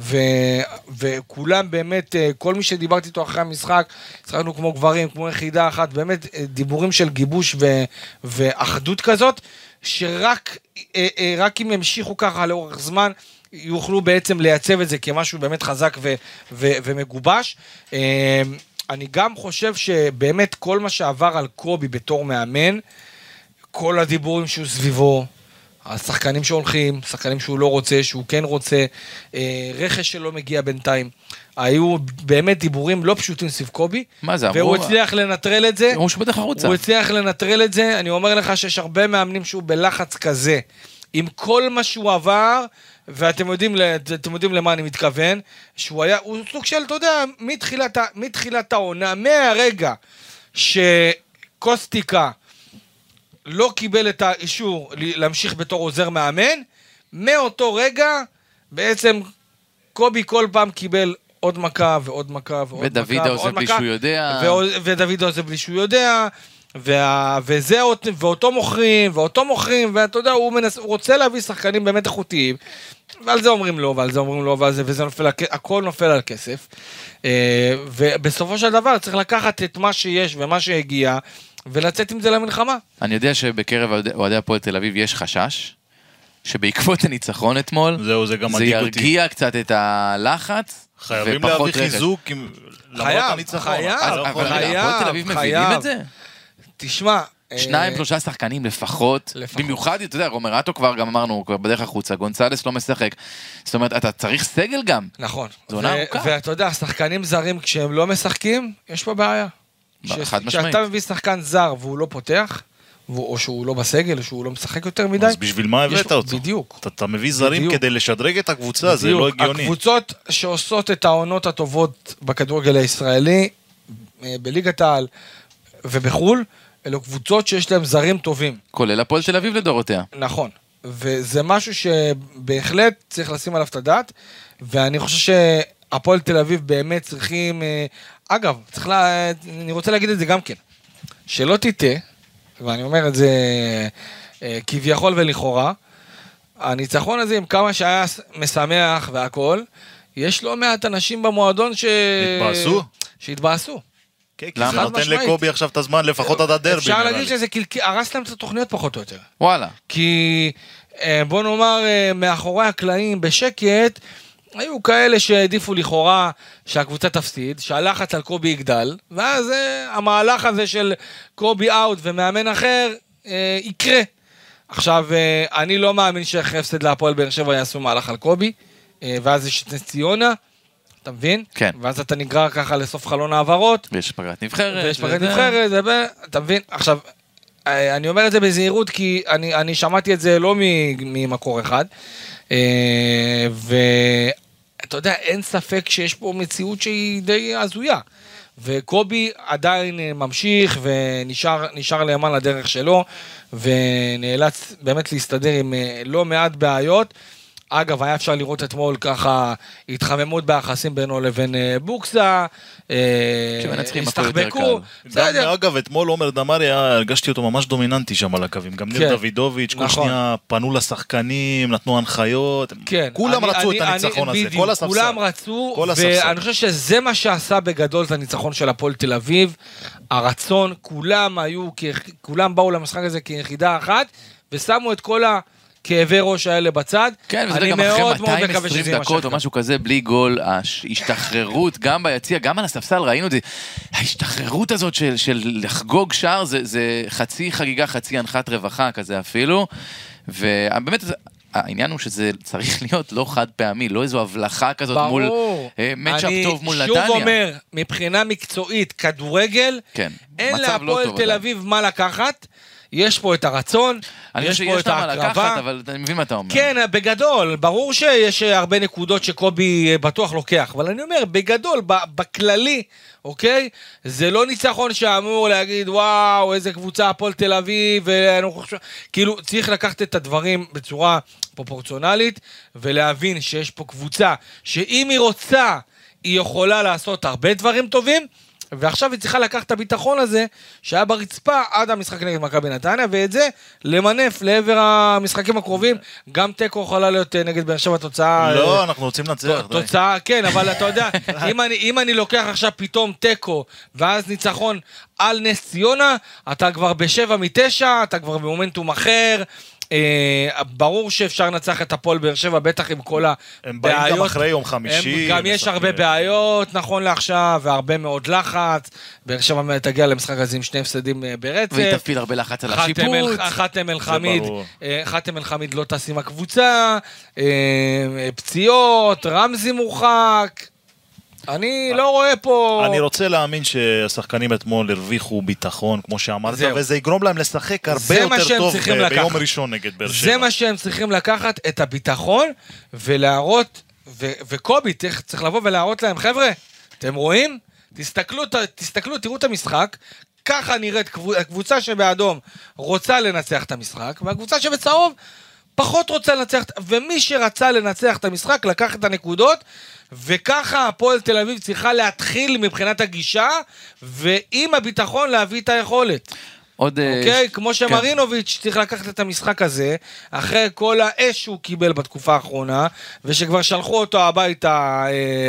וכולם באמת, כל מי שדיברתי איתו אחרי המשחק, שחקנו כמו גברים, כמו יחידה אחת, באמת דיבורים של גיבוש ואחדות כזאת, שרק אם ימשיכו ככה לאורך זמן, יוכלו בעצם לייצב את זה כמשהו באמת חזק ומגובש. אני גם חושב שבאמת כל מה שעבר על קובי בתור מאמן, כל הדיבורים שהוא סביבו, השחקנים שהולכים, שחקנים שהוא לא רוצה, שהוא כן רוצה, רכש שלא מגיע בינתיים, היו באמת דיבורים לא פשוטים סביב קובי, והוא הצליח לנטרל את זה, הוא הצליח לנטרל את זה, אני אומר לך שיש הרבה מאמנים שהוא בלחץ כזה, עם כל מה שהוא עבר, ואתם יודעים למה אני מתכוון, הוא סוג של, אתה יודע, מתחילת העונה, מהרגע שקוסטיקה לא קיבל את האישור להמשיך בתור עוזר מאמן, מאותו רגע, בעצם קובי כל פעם קיבל עוד מכה ועוד מכה ועוד מכה. ודוד עוזב בלי שהוא יודע. ודוד עוזב בלי שהוא יודע. ואותו מוכרים, ואתה יודע, הוא רוצה להביא שחקנים באמת איכותיים, ועל זה אומרים לא, ועל זה אומרים לא, וזה הכל נופל על כסף, ובסופו של דבר צריך לקחת את מה שיש ומה שהגיע, ולצאת עם זה למלחמה. אני יודע שבקרב אוהדי הפועל תל אביב יש חשש, שבעקבות הניצחון אתמול, זה ירגיע קצת את הלחץ, חייבים להביא חיזוק למרות הניצחון. אבל הפועל תל אביב מבינים את זה? תשמע, 2-3 שחקנים לפחות, במיוחד, אתה יודע, רומרטו כבר גם אמרנו, כבר בדרך החוצה, גונסלס לא משחק, זאת אומרת, אתה צריך סגל גם. נכון, ואתה יודע, שחקנים זרים כשהם לא משחקים, יש פה בעיה. כשאתה מביא שחקן זר והוא לא פותח, או שהוא לא בסגל, או שהוא לא משחק יותר מדי. אז בשביל מה הבאת אותו? בדיוק. אתה מביא זרים כדי לשדרג את הקבוצה, זה לא הגיוני. הקבוצות שעושות את העונות הטובות בכדורגל הישראלי, בליגת העל ובחול, אלו קבוצות שיש להם זרים טובים. כולל הפועל תל אביב לדורותיה. נכון. וזה משהו שבהחלט צריך לשים עליו את הדעת, ואני חושב שהפועל תל אביב באמת צריכים, אגב, אני רוצה להגיד את זה גם כן, שלא תיטה, ואני אומר את זה כביכול ולכאורה, הניצחון הזה עם כמה שהיה משמח והכל, יש לא מעט אנשים במועדון שהתבאסו. כי זה נותן לקובי עכשיו את הזמן לפחות עד הדרבי. אפשר להגיד שזה הרס להם את התוכניות פחות או יותר. וואלה. כי בוא נאמר מאחורי הקלעים בשקט, היו כאלה שהעדיפו לכאורה שהקבוצה תפסיד, שהלחץ על קובי יגדל, ואז המהלך הזה של קובי אאוט ומאמן אחר יקרה. עכשיו, אני לא מאמין שאחרי הפסד להפועל באר שבע יעשו מהלך על קובי, ואז יש את נס ציונה, אתה מבין? כן. ואז אתה נגרר ככה לסוף חלון העברות. ויש פגרת נבחרת. ויש פגרת נבחרת, אתה מבין? עכשיו, אני אומר את זה בזהירות, כי אני שמעתי את זה לא ממקור אחד, ואתה יודע, אין ספק שיש פה מציאות שהיא די הזויה. וקובי עדיין ממשיך ונשאר לימן לדרך שלו, ונאלץ באמת להסתדר עם לא מעט בעיות. אגב, היה אפשר לראות אתמול ככה התחממות ביחסים בינו לבין בוקסה, הסתחבקו. אגב, אתמול עומר דמארי, הרגשתי אותו ממש דומיננטי שם על הקווים, גם ניר דוידוביץ', כל שנייה פנו לשחקנים, נתנו הנחיות, כולם רצו את הניצחון הזה, כל הספסל. כולם רצו, ואני חושב שזה מה שעשה בגדול את הניצחון של הפועל תל אביב, הרצון, כולם באו למשחק הזה כיחידה אחת, ושמו את כל כאבי ראש האלה בצד. כן, וזה גם אחרי 220 דקות או משהו כזה, בלי גול, ההשתחררות, גם ביציע, גם על הספסל, ראינו את זה, ההשתחררות הזאת של לחגוג שער, זה חצי חגיגה, חצי הנחת רווחה כזה אפילו, ובאמת העניין הוא שזה צריך להיות לא חד פעמי, לא איזו הבלחה כזאת מול מצ'אפ טוב מול נתניה. אני שוב אומר, מבחינה מקצועית, כדורגל, אין להפועל תל אביב מה לקחת, יש פה את הרצון, יש פה את ההקרבה. אבל אני מבין מה אתה אומר. כן, בגדול, ברור שיש הרבה נקודות שקובי בטוח לוקח, אבל אני אומר, בגדול, בכללי, אוקיי? זה לא ניצחון שאמור להגיד, וואו, איזה קבוצה הפועל תל אביב, כאילו, צריך לקחת את הדברים בצורה פרופורציונלית, ולהבין שיש פה קבוצה, שאם היא רוצה, היא יכולה לעשות הרבה דברים טובים, ועכשיו היא צריכה לקחת את הביטחון הזה שהיה ברצפה עד המשחק נגד מכבי נתניה, ואת זה למנף לעבר המשחקים הקרובים. גם תיקו יכולה להיות נגד באר שבע תוצאה. לא, אנחנו רוצים לנצח. תוצאה, כן, אבל אתה יודע, אם אני לוקח עכשיו פתאום תיקו ואז ניצחון על נס ציונה, אתה כבר ב7-9, אתה כבר במומנטום אחר. ברור שאפשר לנצח את הפועל באר שבע, בטח עם כל הבעיות. הם באים גם אחרי יום חמישי. גם יש הרבה בעיות, נכון לעכשיו, והרבה מאוד לחץ. באר שבע תגיע למשחק הזה עם 2 הפסדים ברצף. והיא תפעיל הרבה לחץ על השיפוט. חתם אל חמיד לא טס עם הקבוצה, פציעות, רמזי מורחק. אני לא רואה פה... אני רוצה להאמין שהשחקנים אתמול הרוויחו ביטחון, כמו שאמרת, וזה יגרום להם לשחק הרבה יותר טוב ביום ראשון נגד באר שבע. זה מה שהם צריכים לקחת, את הביטחון, ולהראות, וקובי צריך לבוא ולהראות להם, חבר'ה, אתם רואים? תסתכלו, תראו את המשחק, ככה נראית הקבוצה שבאדום רוצה לנצח את המשחק, והקבוצה שבצהוב פחות רוצה לנצח, ומי שרצה לנצח את המשחק לקח את הנקודות, וככה הפועל תל אביב צריכה להתחיל מבחינת הגישה, ועם הביטחון להביא את היכולת. אוקיי? כמו שמרינוביץ' צריך לקחת את המשחק הזה, אחרי כל האש שהוא קיבל בתקופה האחרונה, ושכבר שלחו אותו הביתה,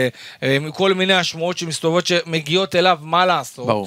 כל מיני השמועות שמסתובבות שמגיעות אליו, מה לעשות. ברור.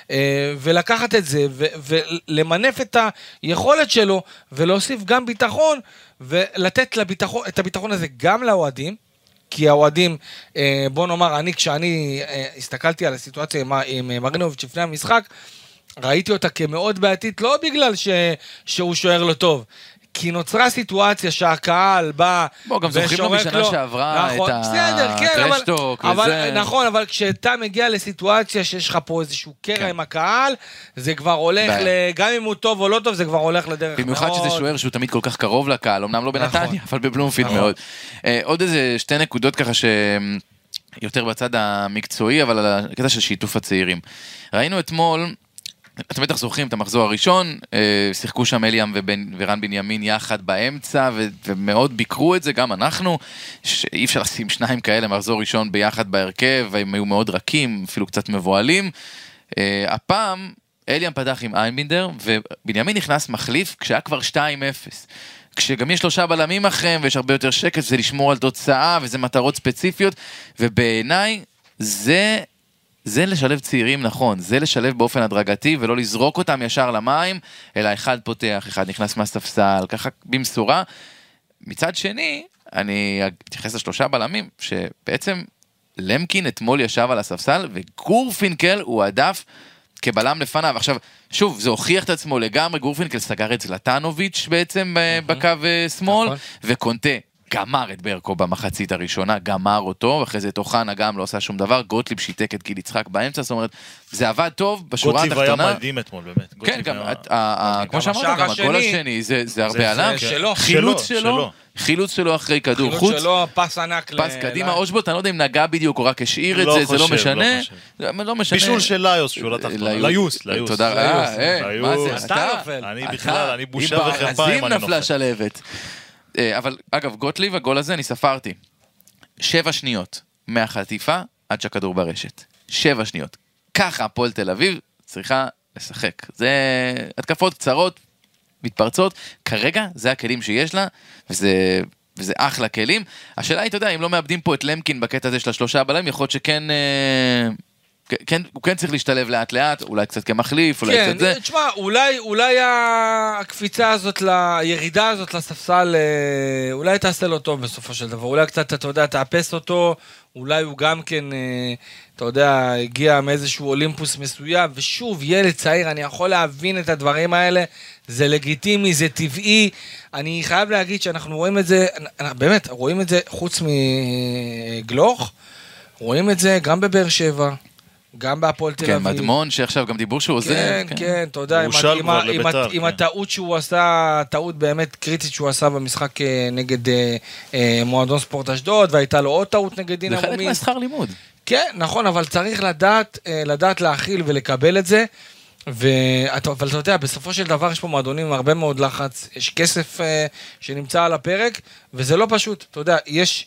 ולקחת את זה, ולמנף את היכולת שלו, ולהוסיף גם ביטחון, ולתת את הביטחון הזה גם לאוהדים, כי האוהדים, בוא נאמר, כשאני הסתכלתי על הסיטואציה עם מרינוביץ' לפני המשחק, ראיתי אותה כמאוד בעייתית, לא בגלל שהוא שוער לא טוב, כי נוצרה סיטואציה שהקהל בא גם זוכרים לו משנה שעברה את הטרשטוק וזה. נכון, אבל כשאתה מגיע לסיטואציה שיש לך פה איזשהו קרע עם הקהל, זה כבר הולך, גם אם הוא טוב או לא טוב, זה כבר הולך לדרך מאוד. במיוחד שזה שוער שהוא תמיד כל כך קרוב לקהל, אמנם לא בנתניה, אבל בבלומפילד מאוד. עוד איזה 2 נקודות ככה שיותר בצד המקצועי, אבל על הקטע של שיתוף הצעירים. ראינו אתמול, אתם בטח זוכרים את המחזור הראשון, שיחקו שם אליאם ורן בנימין יחד באמצע, ומאוד ביקרו את זה, גם אנחנו, שאי אפשר לשים 2 כאלה מחזור ראשון ביחד בהרכב, והם היו מאוד רכים, אפילו קצת מבועלים. הפעם, אליאם פתח עם איינבינדר, ובנימין נכנס מחליף כשהיה כבר 2-0. כשגם יש 3 בלמים אחריהם, ויש הרבה יותר שקט, זה לשמור על תוצאה, וזה מטרות ספציפיות, ובעיניי, זה לשלב צעירים נכון, זה לשלב באופן הדרגתי, ולא לזרוק אותם ישר למים, אלא אחד פותח, אחד נכנס מהספסל, ככה במשורה. מצד שני, אני אתייחס לשלושה בלמים, שבעצם למקין אתמול ישב על הספסל, וגורפינקל הוא עדף כבלם לפניו. עכשיו, שוב, זה הוכיח את עצמו לגמרי, גורפינקל סגר את זלטנוביץ' בעצם בקו שמאל, וקונטה גמר את ברקו במחצית הראשונה, גמר אותו, ואחרי זה תוכנה גם לא עושה שום דבר, גוטליב שיתק את גיל יצחק באמצע, זאת אומרת, זה עבד טוב בשורה התחתונה. גוטליב היה מדהים אתמול, באמת. כן, גם, כמו שאמרת, גם הגול השני, זה הרבה עליו. חילוץ שלו אחרי כדור חוץ. חילוץ שלו, פס ענק. פס קדימה, אושבולט, אני לא יודע אם נגע בדיוק, או רק השאיר את זה, זה לא משנה. לא משנה. בישול של ליוס, שהוא לא תחתונה. ליוס. תודה רבה. מה זה? אני בכלל, אני בושה וחרפה אם אני נפלה שלבת. אבל אגב, גוטליב, הגול הזה, אני ספרתי. 7 שניות מהחטיפה עד שהכדור ברשת. 7 שניות. ככה הפועל תל אביב צריכה לשחק. זה התקפות קצרות, מתפרצות. כרגע זה הכלים שיש לה, וזה אחלה כלים. השאלה היא, אתה יודע, אם לא מאבדים פה את למקין בקטע הזה של השלושה הבלמים, יכול להיות שכן... הוא כן צריך להשתלב לאט לאט, אולי קצת כמחליף, אולי קצת זה. כן, תשמע, אולי הקפיצה הזאת, הירידה הזאת לספסל, אולי תעשה לו טוב בסופו של דבר, אולי קצת, אתה יודע, תאפס אותו, אולי הוא גם כן, אתה יודע, הגיע מאיזשהו אולימפוס מסוים, ושוב, ילד צעיר, אני יכול להבין את הדברים האלה, זה לגיטימי, זה טבעי, אני חייב להגיד שאנחנו רואים את זה, באמת, רואים את זה חוץ מגלוך, רואים את זה גם בבאר שבע, גם בהפועל תל אביב. כן, מדמון, שעכשיו גם דיבור שהוא עוזב. כן, אתה יודע, עם הטעות שהוא עשה, טעות באמת קריטית שהוא עשה במשחק נגד מועדון ספורט אשדוד, והייתה לו עוד טעות נגד דין המומי. זה חלק מהשכר לימוד. כן, נכון, אבל צריך לדעת להכיל ולקבל את זה, אבל אתה יודע, בסופו של דבר יש פה מועדונים עם הרבה מאוד לחץ, יש כסף שנמצא על הפרק, וזה לא פשוט, אתה יודע,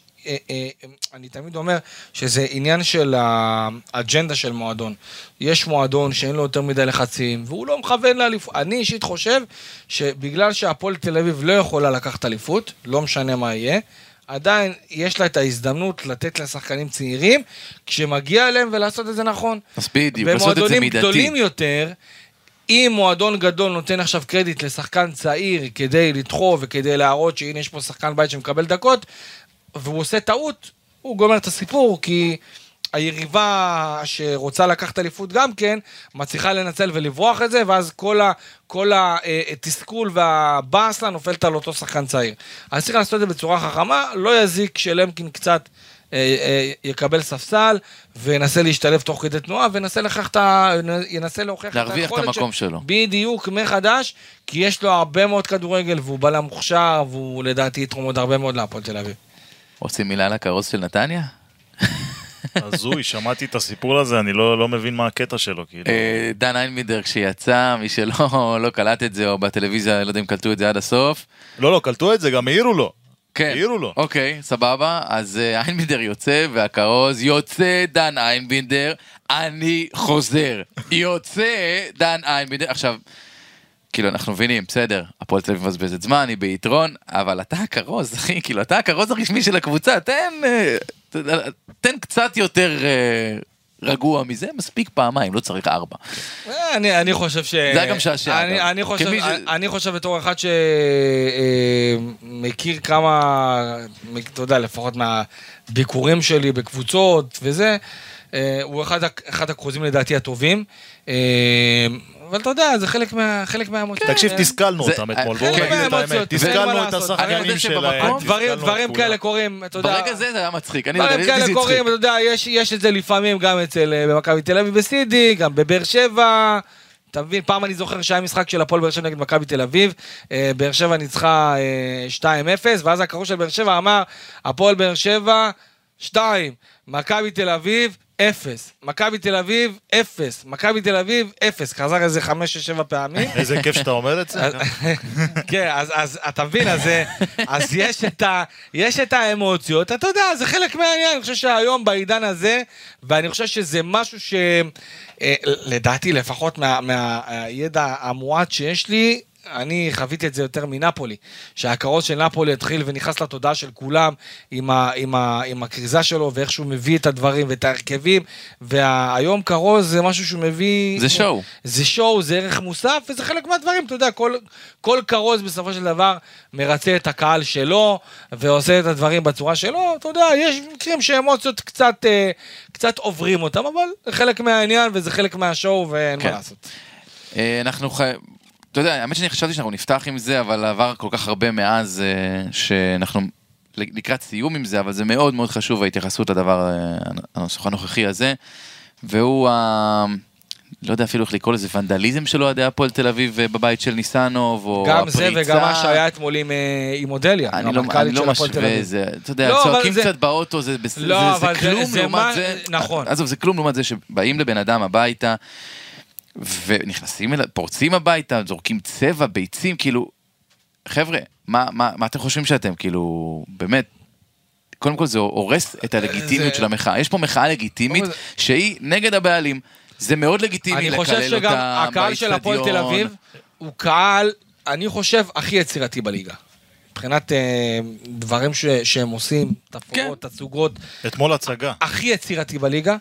אני תמיד אומר שזה עניין של האג'נדה של מועדון. יש מועדון שאין לו יותר מדי לחצים, והוא לא מכוון לאליפות. אני אישית חושב שבגלל שהפועל תל אביב לא יכולה לקחת אליפות, לא משנה מה יהיה, עדיין יש לה את ההזדמנות לתת לשחקנים צעירים, כשמגיע אליהם ולעשות את זה נכון. אז בדיוק, לעשות את זה מידתי. במועדונים גדולים יותר, אם מועדון גדול נותן עכשיו קרדיט לשחקן צעיר כדי לדחוף וכדי להראות שהנה יש פה שחקן בית שמקבל דקות, והוא עושה טעות, הוא גומר את הסיפור, כי היריבה שרוצה לקחת אליפות גם כן, מצליחה לנצל ולברוח את זה, ואז כל התסכול והבאסה נופלת על אותו שחקן צעיר. אז צריך לעשות את זה בצורה חכמה, לא יזיק שלמקין קצת יקבל ספסל, וינסה להשתלב תוך כדי תנועה, וינסה להוכיח להרוויח את המקום שלו. בדיוק מחדש, כי יש לו הרבה מאוד כדורגל, והוא בלם מוכשר, והוא לדעתי יתרום עוד הרבה מאוד להפועל תל אביב. רוצים מילה על הכרוז של נתניה? הזוי, שמעתי את הסיפור הזה, אני לא מבין מה הקטע שלו. דן איינבינדר כשיצא, מי שלא קלט את זה, או בטלוויזיה, לא יודע אם קלטו את זה עד הסוף. לא, קלטו את זה, גם העירו לו. כן, העירו לו. אוקיי, סבבה, אז איינבינדר יוצא, והכרוז יוצא דן איינבינדר, אני חוזר. יוצא דן איינבינדר. עכשיו, כאילו, אנחנו מבינים, בסדר, הפועל תל אביב מבזבזת זמן, היא ביתרון, אבל אתה הכרוז, אחי, כאילו, אתה הכרוז הרשמי של הקבוצה, תן קצת יותר רגוע מזה, מספיק פעמיים, לא צריך 4. אני חושב ש... זה היה גם שעשע. אני חושב בתור אחד שמכיר כמה, אתה יודע, לפחות מהביקורים שלי בקבוצות וזה, הוא אחד הכרוזים לדעתי הטובים, אבל אתה יודע, זה חלק מהאמוציות. תקשיב, תסכלנו אותם אתמול, בואו נגיד את האמת. תסכלנו את השחקנים שלהם. דברים כאלה קורים, אתה יודע. ברגע זה היה מצחיק. דברים כאלה קורים, אתה יודע, יש את זה לפעמים גם במכבי תל אביב בסידי, גם בבאר שבע. אתה מבין, פעם אני זוכר שהיה משחק של הפועל באר שבע נגד מכבי תל אביב, באר שבע ניצחה 2-0, ואז הקרוא של באר שבע אמר, הפועל באר שבע 2, מכבי תל אביב 0, מכבי תל אביב 0, מכבי תל אביב 0, חזר איזה 5-7 פעמים. איזה כיף שאתה אומר את זה. כן, אז אתה מבין, אז יש את האמוציות, אתה יודע, זה חלק מהעניין, אני חושב שהיום בעידן הזה, ואני חושב שזה משהו שלדעתי לפחות מהידע המועט שיש לי, אני חוויתי את זה יותר מנפולי, שהכרוז של נפולי התחיל ונכנס לתודעה של כולם, עם הקריזה שלו, ואיך שהוא מביא את הדברים ואת ההרכבים, והיום כרוז זה משהו שהוא מביא... זה שואו. זה שואו, זה ערך מוסף, וזה חלק מהדברים, אתה יודע, כל כרוז בסופו של דבר מרצה את הקהל שלו, ועושה את הדברים בצורה שלו, אתה יודע, יש מקרים שאמוציות קצת עוברים אותם, אבל זה חלק מהעניין, וזה חלק מהשואו, ואין מה לעשות. אתה יודע, האמת שאני חשבתי שאנחנו נפתח עם זה, אבל עבר כל כך הרבה מאז שאנחנו לקראת סיום עם זה, אבל זה מאוד מאוד חשוב ההתייחסות לדבר הנוכחי הזה, והוא, לא יודע אפילו איך לקרוא לזה, ונדליזם שלו עדי הפועל תל אביב בבית של ניסנוב, או הפריצה. גם זה וגם מה שהיה אתמול עם אודליה, אני לא משווה, אתה יודע, צועקים קצת באוטו, זה כלום לעומת זה, נכון. עזוב, זה כלום לעומת זה שבאים לבן אדם הביתה, ונכנסים, פורצים הביתה, זורקים צבע, ביצים, כאילו, חבר'ה, מה אתם חושבים שאתם, כאילו, באמת, קודם כל זה הורס את הלגיטימיות של המחאה. יש פה מחאה לגיטימית שהיא נגד הבעלים. זה מאוד לגיטימי לקלל אותה באצטדיון. אני חושב שגם הקהל של הפועל תל אביב הוא קהל, אני חושב, הכי יצירתי בליגה. מבחינת דברים שהם עושים, תפורות, תצוגות. אתמול הצגה. הכי יצירתי בליגה.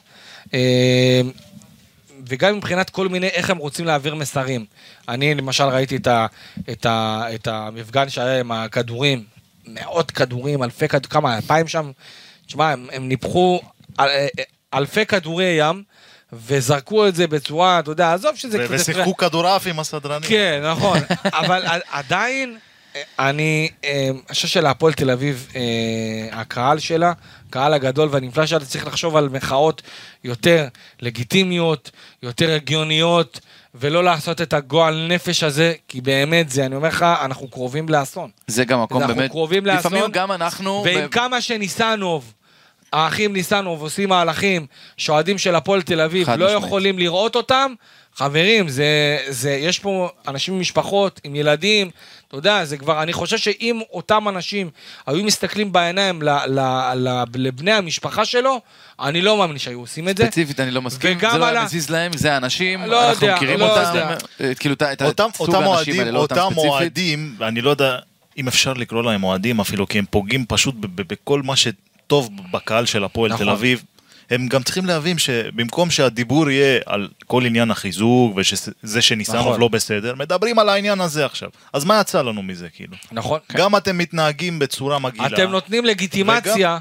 וגם מבחינת כל מיני, איך הם רוצים להעביר מסרים. אני למשל ראיתי את המפגן שהיה עם הכדורים, מאות כדורים, אלפי כדורים, כמה, 2,000 שם, תשמע, הם ניפחו אלפי כדורי ים, וזרקו את זה בצורה, אתה יודע, עזוב שזה... ושיחקו כדורעף עם הסדרנים. כן, נכון, אבל עדיין, אני חושב שלהפועל תל אביב, הקהל שלה, הקהל הגדול והנפלא שלה, צריך לחשוב על מחאות יותר לגיטימיות, יותר הגיוניות, ולא לעשות את הגועל נפש הזה, כי באמת זה, אני אומר לך, אנחנו קרובים לאסון. זה גם מקום באמת, אנחנו קרובים לאסון, לפעמים גם אנחנו... ועם כמה שניסנוב, האחים ניסנוב עושים מהלכים, שועדים של הפועל תל אביב, לא יכולים לראות אותם, חברים, יש פה אנשים עם משפחות, עם ילדים, אתה יודע, זה כבר, אני חושב שאם אותם אנשים היו מסתכלים בעיניים לבני המשפחה שלו, אני לא מאמין שהיו עושים את זה. ספציפית אני לא מסכים, זה לא היה מזיז להם, זה האנשים, אנחנו מכירים אותם, כאילו את סוג האנשים האלה, לא אותם ספציפית. אותם מועדים, אני לא יודע אם אפשר לקרוא להם מועדים אפילו, כי הם פוגעים פשוט בכל מה שטוב בקהל של הפועל תל אביב. הם גם צריכים להבין שבמקום שהדיבור יהיה על כל עניין החיזוק, וזה שניסנוב לא בסדר, מדברים על העניין הזה עכשיו. אז מה יצא לנו מזה, כאילו? נכון. גם אתם מתנהגים בצורה מגעילה. אתם נותנים לגיטימציה,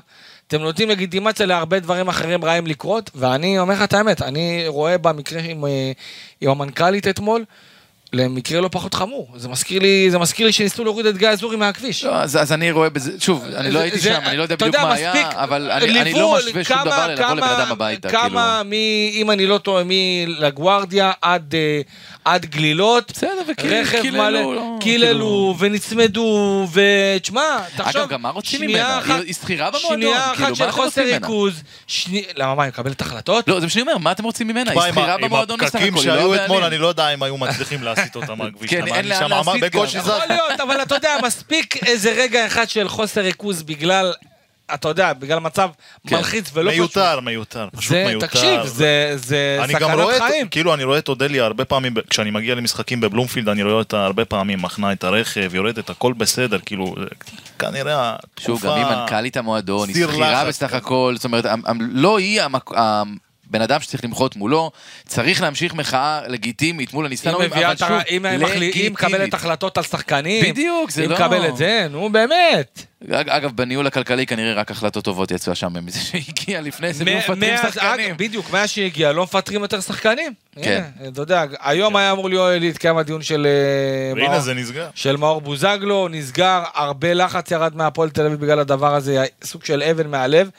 להרבה דברים אחרים רעים לקרות, ואני אומר לך את האמת, אני רואה במקרה עם המנכ"לית אתמול, למקרה לא פחות חמור. זה מזכיר לי שניסו להוריד את גיא אזורי מהכביש. לא, אז אני רואה בזה, שוב, אני לא הייתי שם, אני לא יודע בדיוק מה היה, אבל אני לא משווה שום דבר לבוא לבן אדם הביתה. כמה, אם אני לא טועה, מלגוארדיה עד גלילות, רכב מלא, קיללו ונצמדו, ותשמע, תחשוב, אגב, גם מה רוצים ממנה? היא שכירה במועדון, שנייה אחת של חוסר ריכוז, למה, מה, היא מקבלת החלטות? לא, זה מה שאני אומר, מה אתם רוצים ממנה? היא שכירה במועדון בסך הכל, היא לא בעלים. אני לא יודע אם היו מצליחים להסיט אותה מהכביש. כן, אין לאן להסיט גם. יכול להיות, אבל אתה יודע, מספיק איזה רגע אחד של חוסר ריכוז בגלל, אתה יודע, בגלל מצב מלחיץ ולא פשוט. מיותר, פשוט מיותר. תקשיב, זה סכנת חיים. כאילו אני רואה את אודליה הרבה פעמים, כשאני מגיע למשחקים בבלומפילד, אני רואה אותה הרבה פעמים, מחנה את הרכב, יורדת, הכל בסדר, כאילו, כנראה... שוב, גם היא מנכ"לית המועדון, היא שכירה בסך הכל, זאת אומרת, לא היא בן אדם שצריך למחות מולו, צריך להמשיך מחאה לגיטימית מול הניסנוב, אבל שוב, לגיטימית. היא מקבלת החלטות על שחקנים. בדיוק, זה לא... היא מקבלת זה, נו באמת. אגב, בניהול הכלכלי כנראה רק החלטות טובות יצאו שם, מזה שהגיע לפני זה, לא מפטרים שחקנים. בדיוק, מה שהגיע, לא מפטרים יותר שחקנים. כן. אתה יודע, היום היה אמור להתקיים הדיון של... והנה זה נסגר. של מאור בוזגלו, נסגר, הרבה לחץ ירד מהפועל תל אביב בגלל הדבר הזה, סוג של אבן מהלב,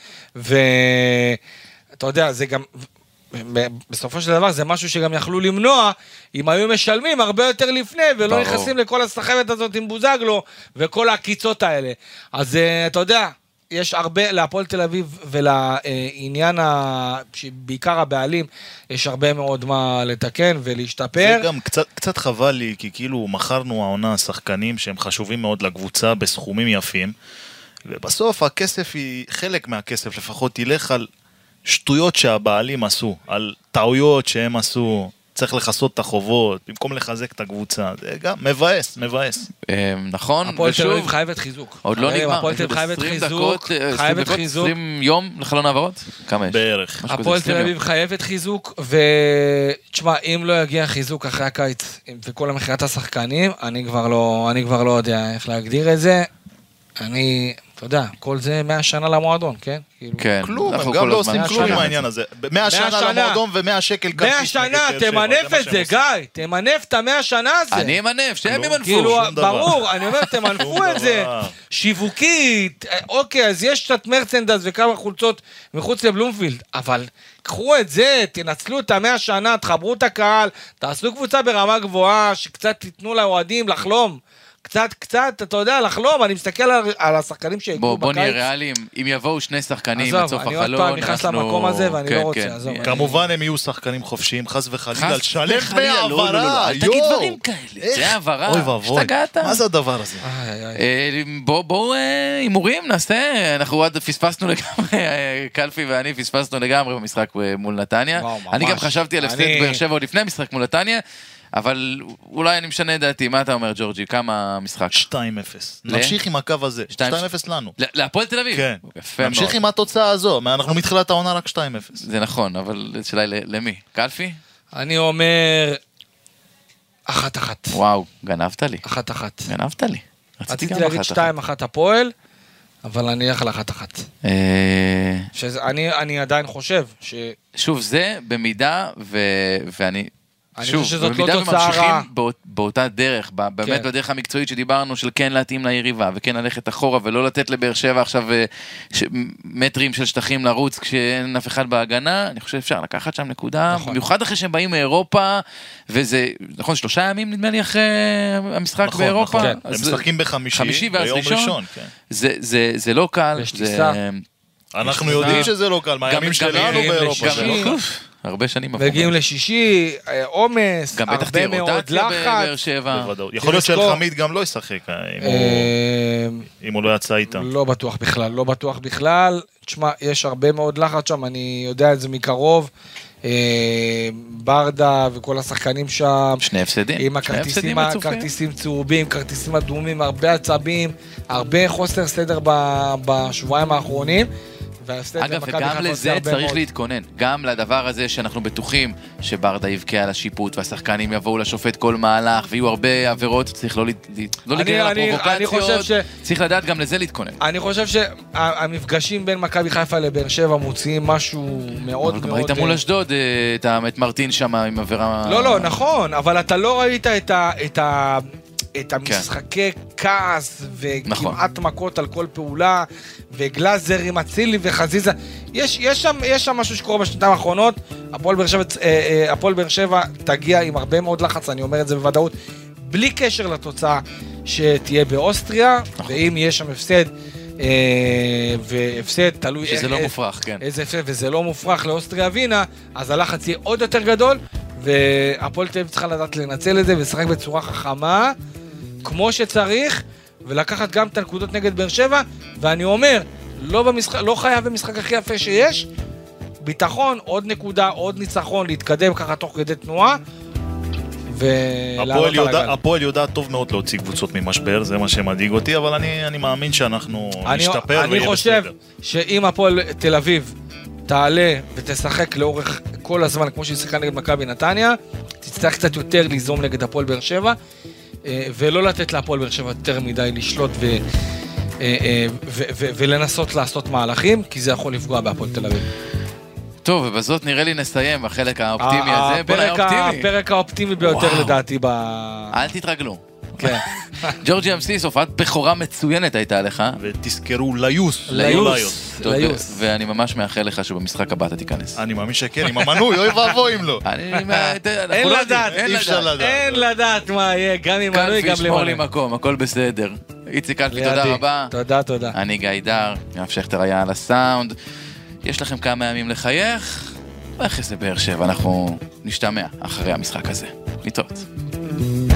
אתה יודע, זה גם, בסופו של דבר, זה משהו שגם יכלו למנוע, אם היו משלמים הרבה יותר לפני, ולא נכנסים לכל הסחבת הזאת עם בוזגלו, וכל הקיצות האלה. אז אתה יודע, יש הרבה, להפועל תל אביב, ולעניין, בעיקר הבעלים, יש הרבה מאוד מה לתקן ולהשתפר. זה גם קצת חבל לי, כי כאילו מכרנו העונה שחקנים, שהם חשובים מאוד לקבוצה, בסכומים יפים, ובסוף הכסף היא, חלק מהכסף לפחות ילך על שטויות שהבעלים עשו, על טעויות שהם עשו. צריך לחסות את החובות, במקום לחזק את הקבוצה, זה גם מבאס. נכון, הפועל תל אביב ושוב, חייבת חיזוק. עוד לא נגמר. הפועל תל אביב חייבת חיזוק, חייבת חיזוק. 20 יום לחלון העברות? כמה יש? בערך. הפועל תל אביב חייבת חיזוק, ותשמע, אם לא יגיע חיזוק אחרי הקיץ, וכל המחירת השחקנים, אני כבר לא יודע איך להגדיר את זה. אתה יודע, כל זה 100 שנה למועדון, כן? כן. כלום, הם גם לא עושים כלום עם העניין הזה. 100 שנה למועדון ו100 שקל כרטיס. 100 שנה, תמנף את זה, גיא, תמנף את 100 שנה הזה. אני אמנף, שהם ימנפו. כאילו, ברור, אני אומר, תמנפו את זה, שיווקית, אוקיי, אז יש קצת מרצנדס וכמה חולצות מחוץ לבלומפילד, אבל קחו את זה, תנצלו את 100 שנה, תחברו את הקהל, תעשו קבוצה ברמה גבוהה, שקצת תיתנו לאוהדים לחלום. קצת, אתה יודע, לחלום, אני מסתכל על השחקנים שהגיעו בקיץ. בוא נהיה ריאליים, אם יבואו שני שחקנים לצוף החלון, אני עוד פעם נכנס למקום הזה ואני לא רוצה, עזוב. כמובן הם יהיו שחקנים חופשיים, חס וחלילה, לשלם דמי העברה, אל תגיד דברים כאלה, זה העברה, אוי ואבוי, מה זה הדבר הזה? בואו הימורים נעשה, אנחנו עד פספסנו לגמרי, קלפי ואני פספסנו לגמרי במשחק מול נתניה, אני גם חשבתי על הפסד באר שבע עוד לפני המשחק מול נתניה, אבל אולי אני משנה את דעתי, מה אתה אומר ג'ורג'י, כמה משחק? 2-0, נמשיך עם הקו הזה, 2-0 לנו. להפועל תל אביב? כן, נמשיך עם התוצאה הזו, אנחנו מתחילת העונה רק 2-0. זה נכון, אבל שאלה היא למי? קלפי? אני אומר 1-1. וואו, גנבת לי. 1-1. גנבת לי. רציתי להגיד 2-1 הפועל, אבל אני אלך על 1-1. אני עדיין חושב שוב, זה במידה ואני... שוב, במידה וממשיכים באותה דרך, באמת בדרך המקצועית שדיברנו של כן להתאים ליריבה, וכן ללכת אחורה, ולא לתת לבאר שבע עכשיו מטרים של שטחים לרוץ כשאין אף אחד בהגנה, אני חושב שאפשר לקחת שם נקודה, במיוחד אחרי שהם באים מאירופה, וזה, נכון, 3 ימים נדמה לי אחרי המשחק באירופה. הם משחקים בחמישי, ביום ראשון. זה לא קל. אנחנו יודעים שזה לא קל, מהימים שלנו באירופה. הרבה שנים. מגיעים לשישי, עומס, הרבה מאוד לחץ. יכול להיות שאלחמיד גם לא ישחק, אם הוא לא יצא איתם. לא בטוח בכלל. תשמע, יש הרבה מאוד לחץ שם, אני יודע את זה מקרוב. ברדה וכל השחקנים שם. 2 הפסדים. עם הכרטיסים צהובים, כרטיסים אדומים, הרבה עצבים, הרבה חוסר סדר בשבועיים האחרונים. אגב, וגם לזה צריך להתכונן, גם לדבר הזה שאנחנו בטוחים שברדה יבכה על השיפוט והשחקנים יבואו לשופט כל מהלך ויהיו הרבה עבירות, צריך לא להיגרר לפרובוקציות, צריך לדעת גם לזה להתכונן. אני חושב שהמפגשים בין מכבי חיפה לבאר שבע מוציאים משהו מאוד מאוד... גם ראית מול אשדוד את מרטין שם עם עבירה... לא, נכון, אבל אתה לא ראית את המשחקי כעס וכמעט מכות על כל פעולה וגלאזר עם אצילי וחזיזה, יש שם משהו שקורה בשנתיים האחרונות. הפועל באר שבע תגיע עם הרבה מאוד לחץ, אני אומר את זה בוודאות, בלי קשר לתוצאה שתהיה באוסטריה, ואם יש שם הפסד תלוי שזה לא מופרך, כן, איזה הפסד, וזה לא מופרך לאוסטריה וינה, אז הלחץ יהיה עוד יותר גדול, והפועל תל אביב צריכה לדעת לנצל את זה ולשחק בצורה חכמה כמו שצריך, ולקחת גם את הנקודות נגד באר שבע, ואני אומר, לא חייב במשחק הכי יפה שיש, ביטחון, עוד נקודה, עוד ניצחון, להתקדם ככה תוך כדי תנועה, הפועל יודעת טוב מאוד להוציא קבוצות ממשבר, זה מה שמדאיג אותי, אבל אני מאמין שאנחנו נשתפר. אני חושב שאם הפועל תל אביב תעלה ותשחק לאורך כל הזמן, כמו שהיא שיחקה נגד מכבי נתניה, תצטרך קצת יותר ליזום נגד הפועל באר שבע, ולא לתת להפועל באר שבע יותר מדי לשלוט ולנסות לעשות מהלכים, כי זה יכול לפגוע בהפועל תל אביב. טוב, ובזאת נראה לי נסיים בחלק האופטימי הזה. הפרק האופטימי ביותר לדעתי. אל תתרגלו. כן. ג'ורג'י אמסיס, הופעת בכורה מצוינת הייתה לך. ותזכרו ליוס. ואני ממש מאחל לך שבמשחק הבא אתה תיכנס. אני מאמין שכן, עם המנוי, אוי ואבוי אם לא. אין לדעת מה יהיה, גם עם מנוי, גם שמור לי מקום, הכל בסדר. איציק קלפי, תודה רבה. תודה. אני גיא דר, יואב שכטר היה על הסאונד. יש לכם כמה ימים לחייך, ואחרי זה באר שבע אנחנו נשתמע אחרי המשחק הזה. להתראות.